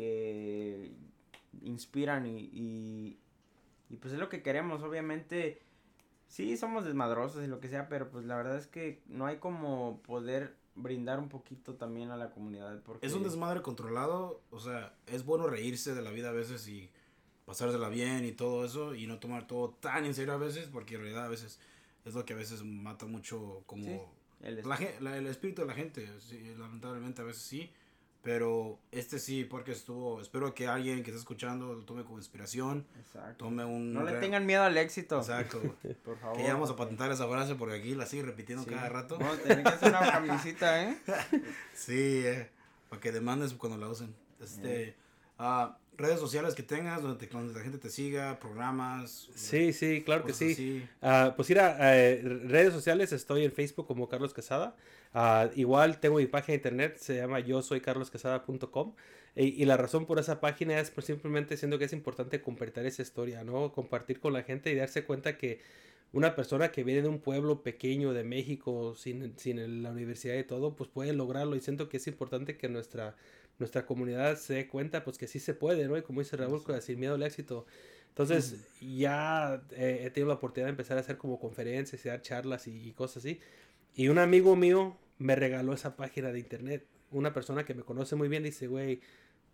que inspiran y, y Y pues es lo que queremos, obviamente, sí somos desmadrosos y lo que sea, pero pues la verdad es que no hay como poder brindar un poquito también a la comunidad. Porque es un desmadre controlado, o sea, es bueno reírse de la vida a veces y pasársela bien y todo eso, y no tomar todo tan en serio a veces, porque en realidad a veces es lo que a veces mata mucho como sí, el, la, la, el espíritu de la gente, sí, lamentablemente a veces sí. Pero este sí, porque estuvo... Espero que alguien que esté escuchando lo tome como inspiración. Exacto. Tome un... No le tengan miedo al éxito. Exacto. Por favor. Que ya vamos a patentar esa frase porque aquí la sigue repitiendo sí. cada rato. No, tiene que hacer una camisita, ¿eh? Sí, eh. Para que demandes cuando la usen. Este... Uh, redes sociales que tengas donde, te, donde la gente te siga, programas. Sí, sí, claro que sí. Uh, pues mira, uh, redes sociales, estoy en Facebook como Carlos Quesada. Uh, igual tengo mi página de internet, se llama yo soy carlos quesada punto com. Y, y la razón por esa página es por simplemente siendo que es importante compartir esa historia, ¿no? Compartir con la gente y darse cuenta que una persona que viene de un pueblo pequeño de México sin, sin la universidad y todo, pues puede lograrlo. Y siento que es importante que nuestra... nuestra comunidad se dé cuenta pues que sí se puede, ¿no? Y como dice Raúl, sí. sin miedo al éxito. Entonces, mm. ya eh, he tenido la oportunidad de empezar a hacer como conferencias y dar charlas y, y cosas así. Y un amigo mío me regaló esa página de internet. Una persona que me conoce muy bien dice, güey,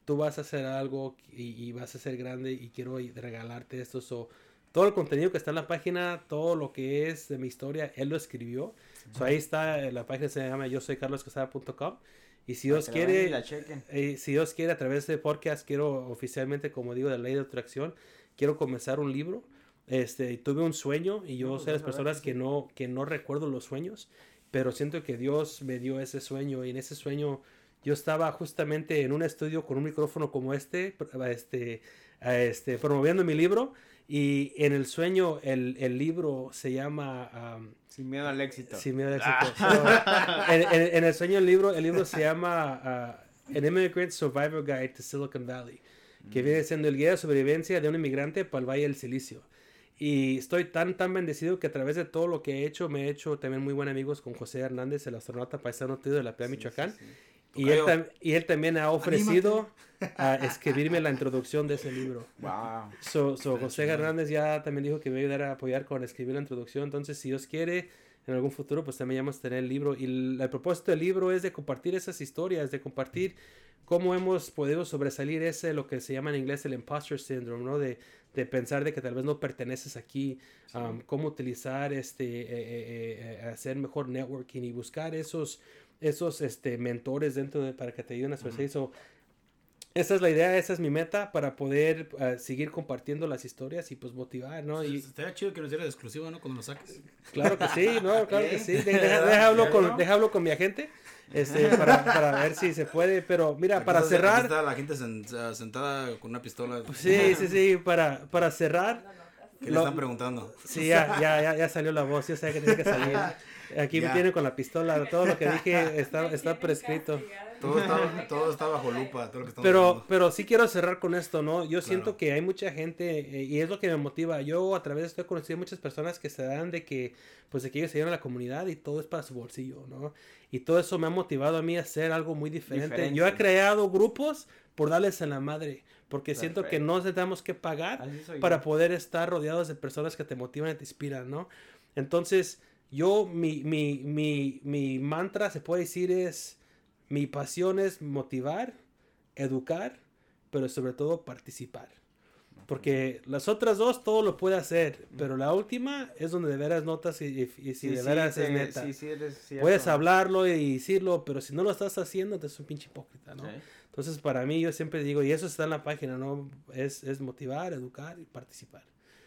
tú vas a hacer algo y, y vas a ser grande y quiero regalarte esto. So, todo el contenido que está en la página, todo lo que es de mi historia, él lo escribió. So, ahí está, la página se llama yo soy carlos quesada punto com. Y si Dios quiere, eh, si Dios quiere, a través de podcast, quiero oficialmente, como digo, de la ley de atracción, quiero comenzar un libro. Este, tuve un sueño y yo no, soy de las personas que, sí. que no, que no recuerdo los sueños, pero siento que Dios me dio ese sueño y en ese sueño yo estaba justamente en un estudio con un micrófono como este, este, este promoviendo mi libro. Y en el sueño, el, el libro se llama... Um, Sin miedo al éxito. Sin miedo al éxito. Ah. So, en, en, en el sueño, el libro, el libro se llama uh, An Immigrant Survivor Guide to Silicon Valley, que mm. viene siendo el guía de sobrevivencia de un inmigrante para el Valle del Silicio. Y estoy tan, tan bendecido que a través de todo lo que he hecho, me he hecho también muy buenos amigos con José Hernández, el astronauta paisano tío de la Playa sí, Michoacán. Sí, sí. Y él, tam- y él también ha ofrecido a escribirme la introducción de ese libro. Wow. So, so José Hernández ya también dijo que me iba a ayudar a apoyar con escribir la introducción. Entonces, si Dios quiere, en algún futuro, pues también vamos a tener el libro. Y el, el propósito del libro es de compartir esas historias, de compartir cómo hemos podido sobresalir ese, lo que se llama en inglés el imposter syndrome, ¿no? De, de pensar de que tal vez no perteneces aquí, sí. um, cómo utilizar, este, eh, eh, eh, hacer mejor networking y buscar esos... esos este, mentores dentro de, para que te ayuden a sobresalir. Uh-huh. So, esa es la idea, esa es mi meta para poder uh, seguir compartiendo las historias y pues motivar, ¿no? Y estaría chido que nos diera exclusivo, ¿no? Cuando lo saques. Claro que sí, ¿no? Claro que sí. Deja, deja, deja, hablo con, deja hablo con mi agente este, para, para ver si se puede, pero mira, aquí para está, cerrar... Aquí está la gente sentada con una pistola. Sí, sí, sí, para, para cerrar... ¿Qué lo, le están preguntando? Sí, ya, ya, ya, ya salió la voz, yo sé que tiene que salir. Aquí yeah. me tienen con la pistola, todo lo que dije está, está prescrito. Todo está, todo está bajo lupa. Todo lo que pero, hablando. pero sí quiero cerrar con esto, ¿no? Yo claro. siento que hay mucha gente, eh, y es lo que me motiva. Yo a través de esto he conocido muchas personas que se dan de que, pues de que ellos se llevan a la comunidad y todo es para su bolsillo, ¿no? Y todo eso me ha motivado a mí a hacer algo muy diferente. Diferencia. Yo he creado grupos por darles a la madre. Porque Perfecto. siento que no tenemos que pagar para poder estar rodeados de personas que te motivan y te inspiran, ¿no? Entonces, yo, mi, mi, mi, mi mantra, se puede decir, es, mi pasión es motivar, educar, pero sobre todo participar. Porque las otras dos todo lo puede hacer, pero la última es donde de veras notas y, y, y si sí, de veras sí, es neta. Sí, sí eres cierto. Puedes hablarlo y decirlo, pero si no lo estás haciendo, te es un pinche hipócrita, ¿no? Sí. Entonces, para mí, yo siempre digo, y eso está en la página, ¿no? Es, es motivar, educar y participar.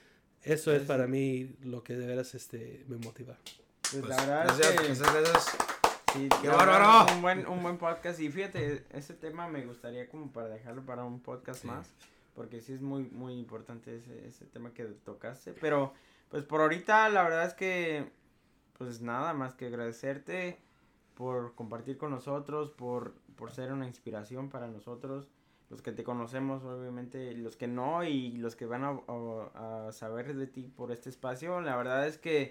Eso es, es para mí lo que de veras este, me motiva. Pues, pues la verdad gracias, es que... Gracias, gracias. Sí, ¡qué bárbaro! Un buen, un buen podcast. Y fíjate, ese tema me gustaría como para dejarlo para un podcast sí. más. Porque sí es muy, muy importante ese, ese tema que tocaste. Pero, pues por ahorita, la verdad es que... Pues nada, más que agradecerte por compartir con nosotros, por... por ser una inspiración para nosotros, los que te conocemos, obviamente, los que no, y los que van a, a, a saber de ti por este espacio. La verdad es que,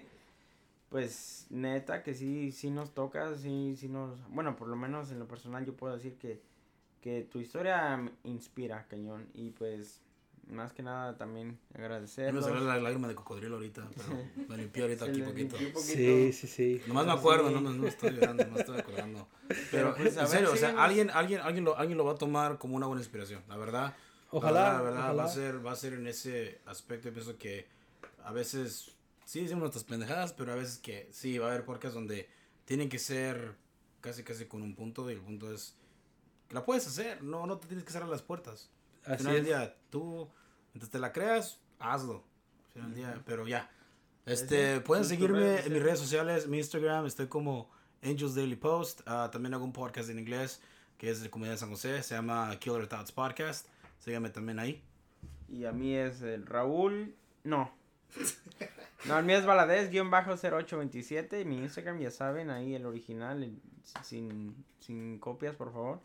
pues, neta, que sí, sí nos toca, sí, sí nos, bueno, por lo menos en lo personal yo puedo decir que, que tu historia inspira, cañón, y pues, más que nada también agradecerlos. Me salió la lágrima de cocodrilo ahorita, pero me limpié ahorita aquí poquito. poquito. Sí, sí, sí. Nomás me acuerdo, sí. no, no estoy llorando, no estoy acordando. Pero, pues, en serio, o sea, nos... alguien, alguien, alguien, lo, alguien lo va a tomar como una buena inspiración, la verdad. Ojalá, la verdad, la verdad ojalá. Va a ser, va a ser en ese aspecto. Yo pienso que a veces sí decimos nuestras pendejadas, pero a veces que sí va a haber podcasts donde tienen que ser casi, casi con un punto, y el punto es que la puedes hacer, no, no te tienes que cerrar las puertas. Al final del día, tú, mientras te la creas, hazlo. Al final del día, pero ya. Este, sí, pueden seguirme en mis redes sociales, mi Instagram, estoy como Angels Daily Post. Uh, también hago un podcast en inglés que es de Comunidad de San José, se llama Killer Thoughts Podcast. Síganme también ahí. Y a mí es el Raúl, no. No, el mío es Valadez, guión bajo cero ocho veintisiete. Y mi Instagram, ya saben, ahí el original, el, sin, sin copias, por favor.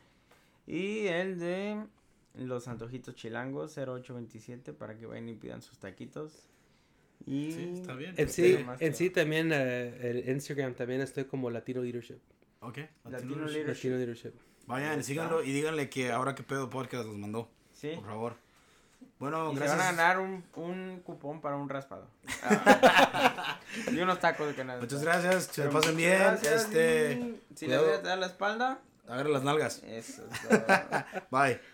Y el de Los Antojitos Chilangos, cero ocho veintisiete, para que vayan y pidan sus taquitos. Y sí, está bien. En sí, en sí también uh, el Instagram también estoy como Latino Leadership. Ok, Latino, Latino Leadership. Latino Leadership. Vayan, síganlo y díganle que ahora que pedo podcast los mandó. Sí. Por favor. Bueno, y gracias. Se van a ganar un, un cupón para un raspado. Y unos tacos de canal. Muchas gracias, se pasen bien. Gracias, este, si le voy a dar la espalda, agarra las nalgas. Eso. Bye.